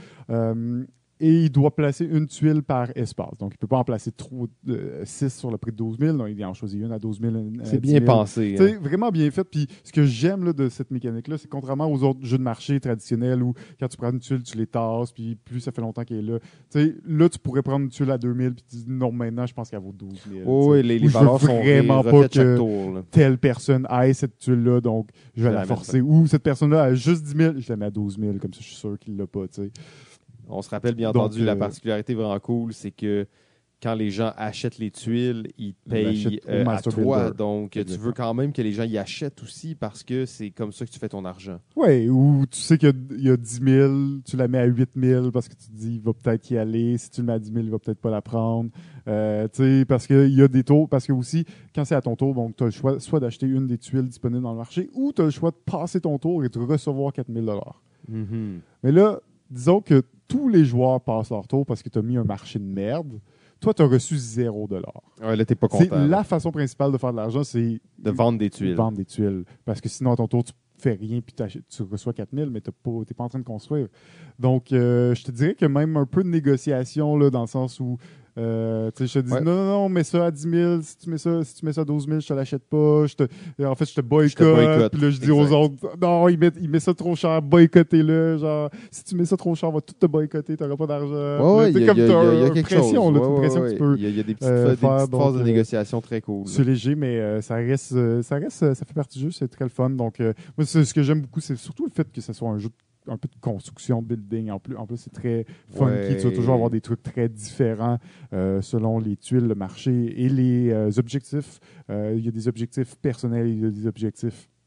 Et il doit placer une tuile par espace. Donc, il ne peut pas en placer 6 sur le prix de 12 000. Donc, il en choisit une à 12 000. C'est bien pensé. C'est vraiment bien fait. Puis, ce que j'aime là, de cette mécanique-là, c'est contrairement aux autres jeux de marché traditionnels où, quand tu prends une tuile, tu les tasses, puis plus ça fait longtemps qu'elle est là. Là, tu pourrais prendre une tuile à 2 000, puis tu dis non, maintenant, je pense qu'elle vaut 12 000. Oh, oui, les valeurs sont vraiment pas que tour, telle personne ait cette tuile-là, donc je vais la forcer. Ou cette personne-là a juste 10 000, je la mets à 12 000, comme ça, je suis sûr qu'il ne l'a pas, tu sais. On se rappelle bien entendu, la particularité vraiment cool, c'est que quand les gens achètent les tuiles, ils payent à toi. Builder. Donc, exactement. Tu veux quand même que les gens y achètent aussi parce que c'est comme ça que tu fais ton argent. Oui, ou tu sais qu'il y a 10 000, tu la mets à 8 000 parce que tu te dis il va peut-être y aller. Si tu le mets à 10 000, il va peut-être pas la prendre. Parce qu'il y a des taux. Parce que aussi, quand c'est à ton tour, donc tu as le choix soit d'acheter une des tuiles disponibles dans le marché ou tu as le choix de passer ton tour et de recevoir 4 000 $. Mais là, disons que tous les joueurs passent leur tour parce que tu as mis un marché de merde. Toi, tu as reçu 0 $. Ouais, là, t'es pas content. La façon principale de faire de l'argent, c'est de vendre des tuiles. Parce que sinon, à ton tour, tu fais rien puis tu reçois 4 000, mais tu n'es pas en train de construire. Donc, je te dirais qu'il y a même un peu de négociation là, dans le sens où je te dis non, mets ça à 10 000. Si tu mets ça à 12 000, je te l'achète pas. Je te boycotte. Puis là, je dis aux autres, non, il met ça trop cher, boycottez-le. Genre, si tu mets ça trop cher, on va tout te boycotter, tu n'auras pas d'argent. Il y a quelque pression, chose. Là, une pression que tu peux. Il y a des petites phases de négociation très cool. C'est léger, mais ça fait partie du jeu, c'est très le fun. Donc, moi, ce que j'aime beaucoup, c'est surtout le fait que ce soit un jeu un peu de construction, de building. En plus, c'est très funky. Ouais. Tu vas toujours avoir des trucs très différents selon les tuiles, le marché et les objectifs. Il y a des objectifs personnels, il y a des objectifs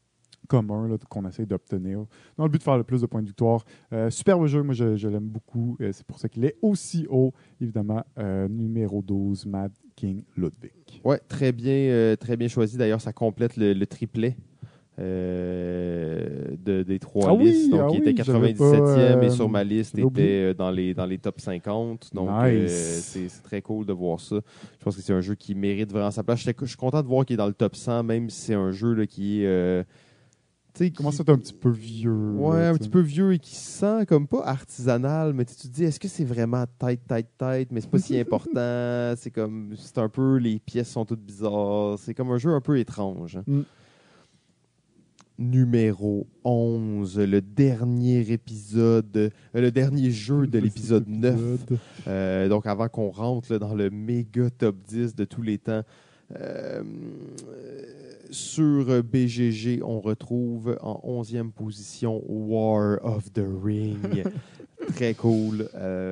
commun là, qu'on essaie d'obtenir dans le but de faire le plus de points de victoire. Superbe jeu, moi je l'aime beaucoup. C'est pour ça qu'il est aussi haut, évidemment, numéro 12, Mad King Ludwig. Ouais, très bien choisi. D'ailleurs, ça complète le triplet des trois listes. Donc, il était 97e et sur ma liste, il était dans les top 50. Donc, nice. C'est très cool de voir ça. Je pense que c'est un jeu qui mérite vraiment sa place. Je suis content de voir qu'il est dans le top 100, même si c'est un jeu là, qui est... il commence à être un petit peu vieux. Ouais, un petit peu vieux et qui se sent comme pas artisanal, mais tu te dis, est-ce que c'est vraiment tête, mais c'est pas si important. C'est un peu, les pièces sont toutes bizarres. C'est comme un jeu un peu étrange. Numéro 11, le dernier épisode, le dernier jeu de l'épisode 9. Donc, avant qu'on rentre là, dans le méga top 10 de tous les temps, sur BGG, on retrouve en 11e position War of the Ring. Très cool.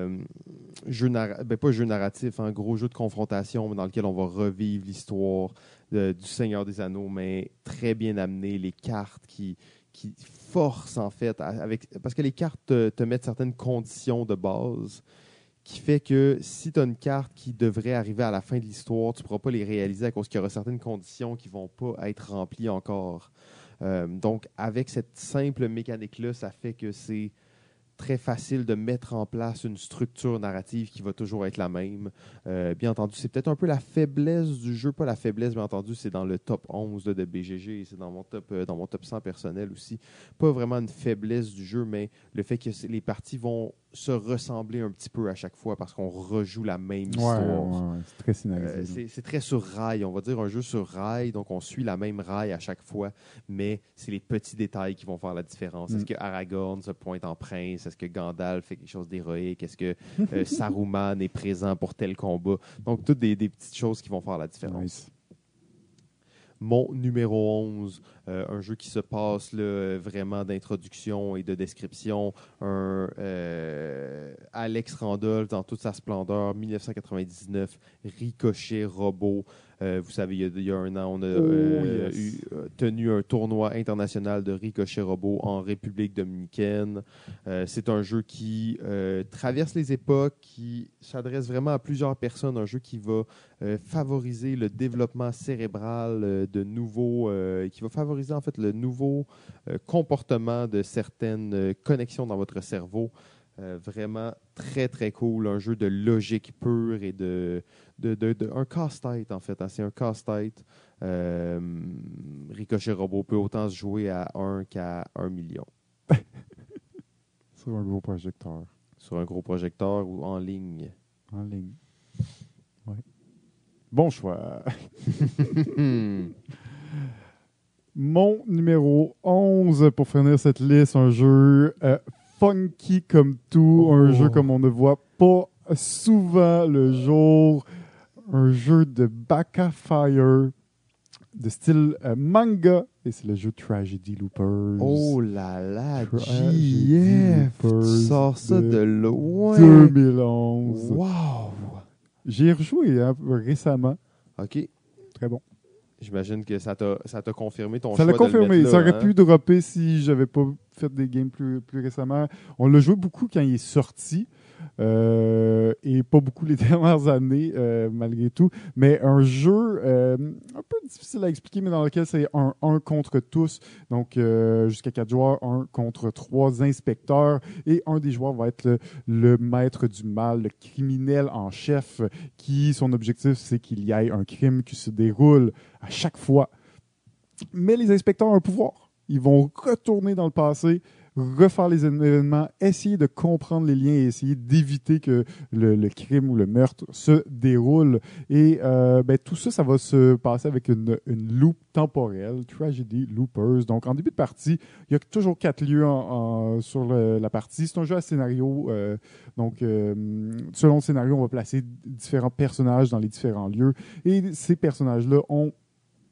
Pas jeu narratif, un gros jeu de confrontation mais dans lequel on va revivre l'histoire du Seigneur des Anneaux, mais très bien amené. Les cartes qui forcent, en fait, parce que les cartes te mettent certaines conditions de base qui fait que si tu as une carte qui devrait arriver à la fin de l'histoire, tu ne pourras pas les réaliser à cause qu'il y aura certaines conditions qui ne vont pas être remplies encore. Donc, avec cette simple mécanique-là, ça fait que c'est très facile de mettre en place une structure narrative qui va toujours être la même. Bien entendu, c'est peut-être un peu la faiblesse du jeu, pas la faiblesse, bien entendu, c'est dans le top 11 là, de BGG, c'est dans mon top 100 personnel aussi. Pas vraiment une faiblesse du jeu, mais le fait que les parties vont se ressembler un petit peu à chaque fois parce qu'on rejoue la même histoire. Ouais, c'est très scénarisé. C'est très sur rail, on va dire un jeu sur rail, donc on suit la même rail à chaque fois, mais c'est les petits détails qui vont faire la différence. Est-ce que Aragorn se pointe en prince? Est-ce que Gandalf fait quelque chose d'héroïque? Est-ce que Saruman est présent pour tel combat? Donc, toutes des petites choses qui vont faire la différence. Nice. Mon numéro 11, un jeu qui se passe là, vraiment d'introduction et de description. Alex Randolph dans toute sa splendeur, 1999, Ricochet Robot. Vous savez, il y a un an, on a tenu un tournoi international de Ricochet Robot en République dominicaine. C'est un jeu qui traverse les époques, qui s'adresse vraiment à plusieurs personnes, un jeu qui va favoriser le développement cérébral de nouveaux, qui va favoriser en fait le nouveau comportement de certaines connexions dans votre cerveau. Vraiment très très cool, un jeu de logique pure et un casse-tête en fait. Hein. C'est un casse-tête. Ricochet Robot peut autant se jouer à 1 qu'à 1 million. Sur un gros projecteur. Sur un gros projecteur ou en ligne. En ligne. Ouais. Bon choix. Mon numéro 11 pour finir cette liste, un jeu funky comme tout, un jeu comme on ne voit pas souvent le jour, un jeu de Baka Fire de style manga, et c'est le jeu Tragedy Loopers. Oh là là, JF, tu sors ça de loin. 2011. Wow! J'y ai rejoué récemment. OK. Très bon. J'imagine que ça t'a confirmé ton choix. Ça l'a confirmé. Là, ça aurait pu dropper si j'avais pas fait des games plus récemment. On l'a joué beaucoup quand il est sorti. Et pas beaucoup les dernières années, malgré tout. Mais un jeu un peu difficile à expliquer, mais dans lequel c'est un 1 contre tous. Donc, jusqu'à 4 joueurs, 1 contre 3 inspecteurs. Et un des joueurs va être le maître du mal, le criminel en chef, qui, son objectif, c'est qu'il y ait un crime qui se déroule à chaque fois. Mais les inspecteurs ont un pouvoir. Ils vont retourner dans le passé, refaire les événements, essayer de comprendre les liens et essayer d'éviter que le crime ou le meurtre se déroule. Et tout ça, ça va se passer avec une loupe temporelle, Tragedy Loopers. Donc, en début de partie, il y a toujours 4 lieux sur la partie. C'est un jeu à scénario. Selon le scénario, on va placer différents personnages dans les différents lieux. Et ces personnages-là ont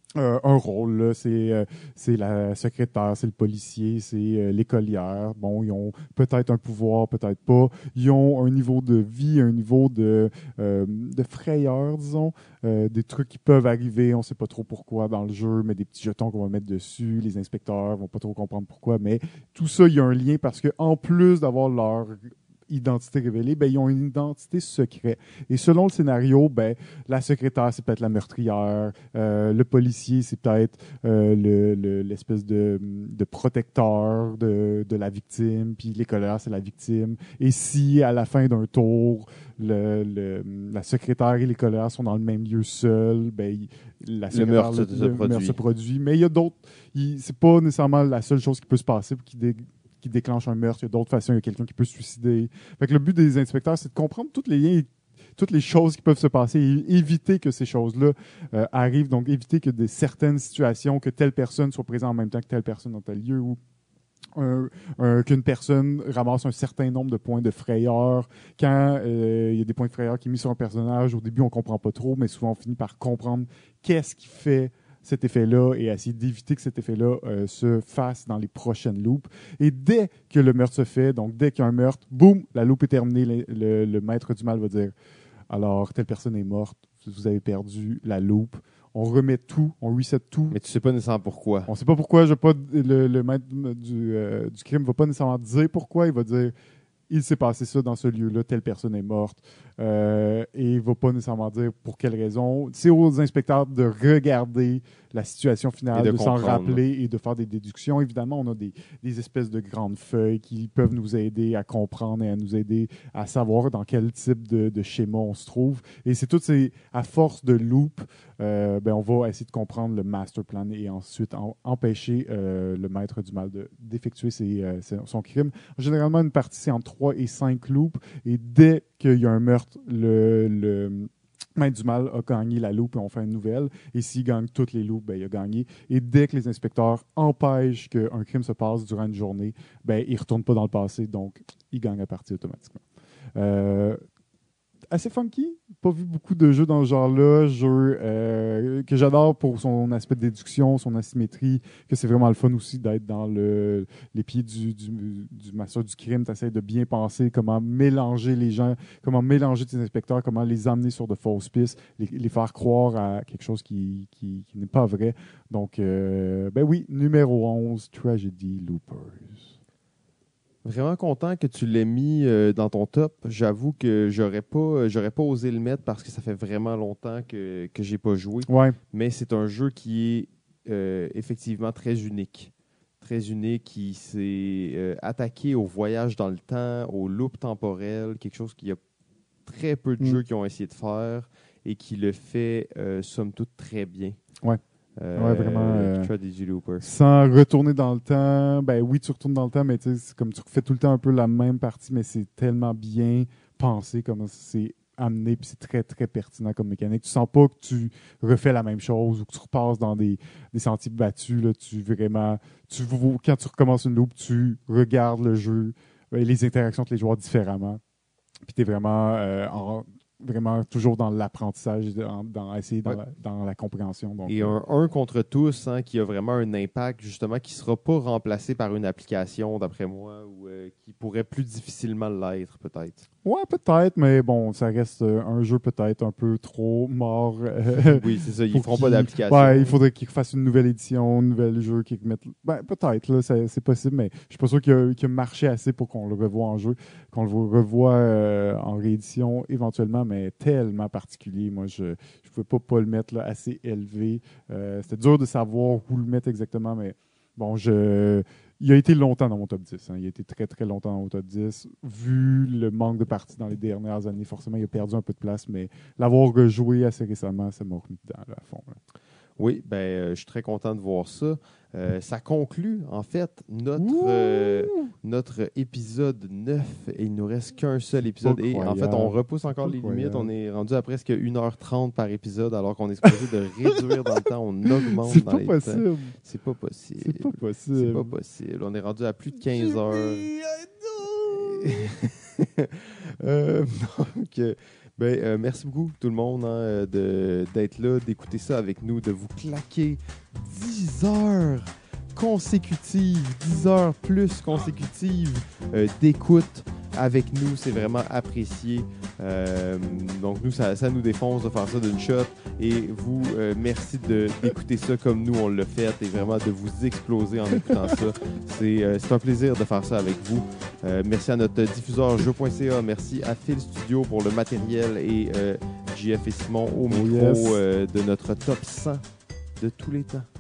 un rôle, là. C'est la secrétaire, c'est le policier, c'est l'écolière. Bon, ils ont peut-être un pouvoir, peut-être pas. Ils ont un niveau de vie, un niveau de frayeur, disons. Des trucs qui peuvent arriver, on ne sait pas trop pourquoi dans le jeu, mais des petits jetons qu'on va mettre dessus. Les inspecteurs vont pas trop comprendre pourquoi, mais tout ça, il y a un lien parce que en plus d'avoir leur identité révélée, ben, ils ont une identité secrète. Et selon le scénario, ben, la secrétaire, c'est peut-être la meurtrière, le policier, c'est peut-être l'espèce de protecteur de la victime, puis l'écolière, c'est la victime. Et si, à la fin d'un tour, la secrétaire et l'écolière sont dans le même lieu seuls, ben, Le meurtre se produit. Mais il y a d'autres... C'est pas nécessairement la seule chose qui peut se passer pour qui déclenche un meurtre. Il y a d'autres façons. Il y a quelqu'un qui peut se suicider. Fait que le but des inspecteurs, c'est de comprendre tous les liens, toutes les choses qui peuvent se passer et éviter que ces choses-là arrivent. Donc, éviter que certaines situations, que telle personne soit présente en même temps que telle personne dans tel lieu ou qu'une personne ramasse un certain nombre de points de frayeur. Quand il y a des points de frayeur qui sont mis sur un personnage, au début, on comprend pas trop, mais souvent, on finit par comprendre qu'est-ce qui fait cet effet-là et essayer d'éviter que cet effet-là se fasse dans les prochaines loupes. Et dès que le meurtre se fait, donc dès qu'il y a un meurtre, boum, la loupe est terminée, le maître du mal va dire « Alors, telle personne est morte, vous avez perdu la loupe. » On remet tout, on reset tout. Mais tu sais pas nécessairement pourquoi. On sait pas pourquoi. Le maître du crime va pas nécessairement dire pourquoi. Il va dire il s'est passé ça dans ce lieu-là, telle personne est morte. Et il va pas nécessairement dire pour quelle raison. C'est aux inspecteurs de regarder la situation finale, de s'en rappeler et de faire des déductions. Évidemment, on a des espèces de grandes feuilles qui peuvent nous aider à comprendre et à nous aider à savoir dans quel type de schéma on se trouve. Et c'est toutes ces, à force de loop, ben on va essayer de comprendre le master plan et ensuite empêcher le maître du mal d'effectuer son crime. Généralement, une partie, c'est entre 3 et 5 loops. Et dès qu'il y a un meurtre, le maître du mal a gagné la loupe et on fait une nouvelle. Et s'il gagne toutes les loupes, ben, il a gagné. Et dès que les inspecteurs empêchent qu'un crime se passe durant une journée, ben, il ne retourne pas dans le passé, donc il gagne la partie automatiquement. Assez funky. Pas vu beaucoup de jeux dans ce genre-là. Jeu que j'adore pour son aspect de déduction, son asymétrie, que c'est vraiment le fun aussi d'être dans les pieds du master du crime. Tu essaies de bien penser comment mélanger les gens, comment mélanger tes inspecteurs, comment les amener sur de fausses pistes, les faire croire à quelque chose qui n'est pas vrai. Donc, ben oui, numéro 11, Tragedy Loopers. Vraiment content que tu l'aies mis dans ton top. J'avoue que j'aurais pas osé le mettre parce que ça fait vraiment longtemps que j'ai pas joué. Ouais. Mais c'est un jeu qui est effectivement très unique. Très unique, qui s'est attaqué au voyage dans le temps, au loop temporel, quelque chose qu'il y a très peu de jeux qui ont essayé de faire et qui le fait, somme toute, très bien. Ouais. Ouais, vraiment. Tragedy Loopers. Sans retourner dans le temps. Ben oui, tu retournes dans le temps, mais c'est comme tu refais tout le temps un peu la même partie, mais c'est tellement bien pensé, comment c'est amené, puis c'est très, très pertinent comme mécanique. Tu sens pas que tu refais la même chose ou que tu repasses dans des sentiers battus. Là, quand tu recommences une loupe, tu regardes le jeu et les interactions entre les joueurs différemment. Puis tu es vraiment toujours dans l'apprentissage, dans essayer dans la compréhension. Donc, et un contre tous, hein, qui a vraiment un impact, justement, qui ne sera pas remplacé par une application, d'après moi, ou qui pourrait plus difficilement l'être, peut-être. Ouais, peut-être, mais bon, ça reste un jeu peut-être un peu trop mort. Oui, c'est ça, ils ne feront pas d'application. Ouais, il faudrait qu'ils fassent une nouvelle édition, un nouvel jeu, qu'ils mettent... Ben, peut-être, là, c'est possible, mais je suis pas sûr qu'il a marché assez pour qu'on le revoie en jeu, qu'on le revoie en réédition éventuellement, mais tellement particulier. Moi, je pouvais pas le mettre là, assez élevé. C'était dur de savoir où le mettre exactement, mais bon, il a été longtemps dans mon top 10. Hein. Il a été très, très longtemps dans mon top 10. Vu le manque de parties dans les dernières années, forcément, il a perdu un peu de place, mais l'avoir rejoué assez récemment, ça m'a remis dedans là, à fond. Là. Oui, je suis très content de voir ça. Ça conclut, en fait, notre épisode 9. Et il ne nous reste qu'un seul épisode. Et en fait, on repousse encore les limites. On est rendu à presque 1h30 par épisode, alors qu'on est supposé de réduire dans le temps. On augmente dans les temps. C'est pas possible. C'est pas possible. C'est pas possible. On est rendu à plus de 15 heures. Donc, Merci beaucoup tout le monde d'être là, d'écouter ça avec nous, de vous claquer 10 heures consécutives, 10 heures plus consécutives d'écoute avec nous. C'est vraiment apprécié. Donc nous, ça nous défonce de faire ça d'une shot. Et vous, merci d'écouter ça comme nous, on l'a fait et vraiment de vous exploser en écoutant ça. C'est un plaisir de faire ça avec vous. Merci à notre diffuseur jeux.ca. Merci à Phil Studio pour le matériel et JF et Simon au micro de notre top 100 de tous les temps.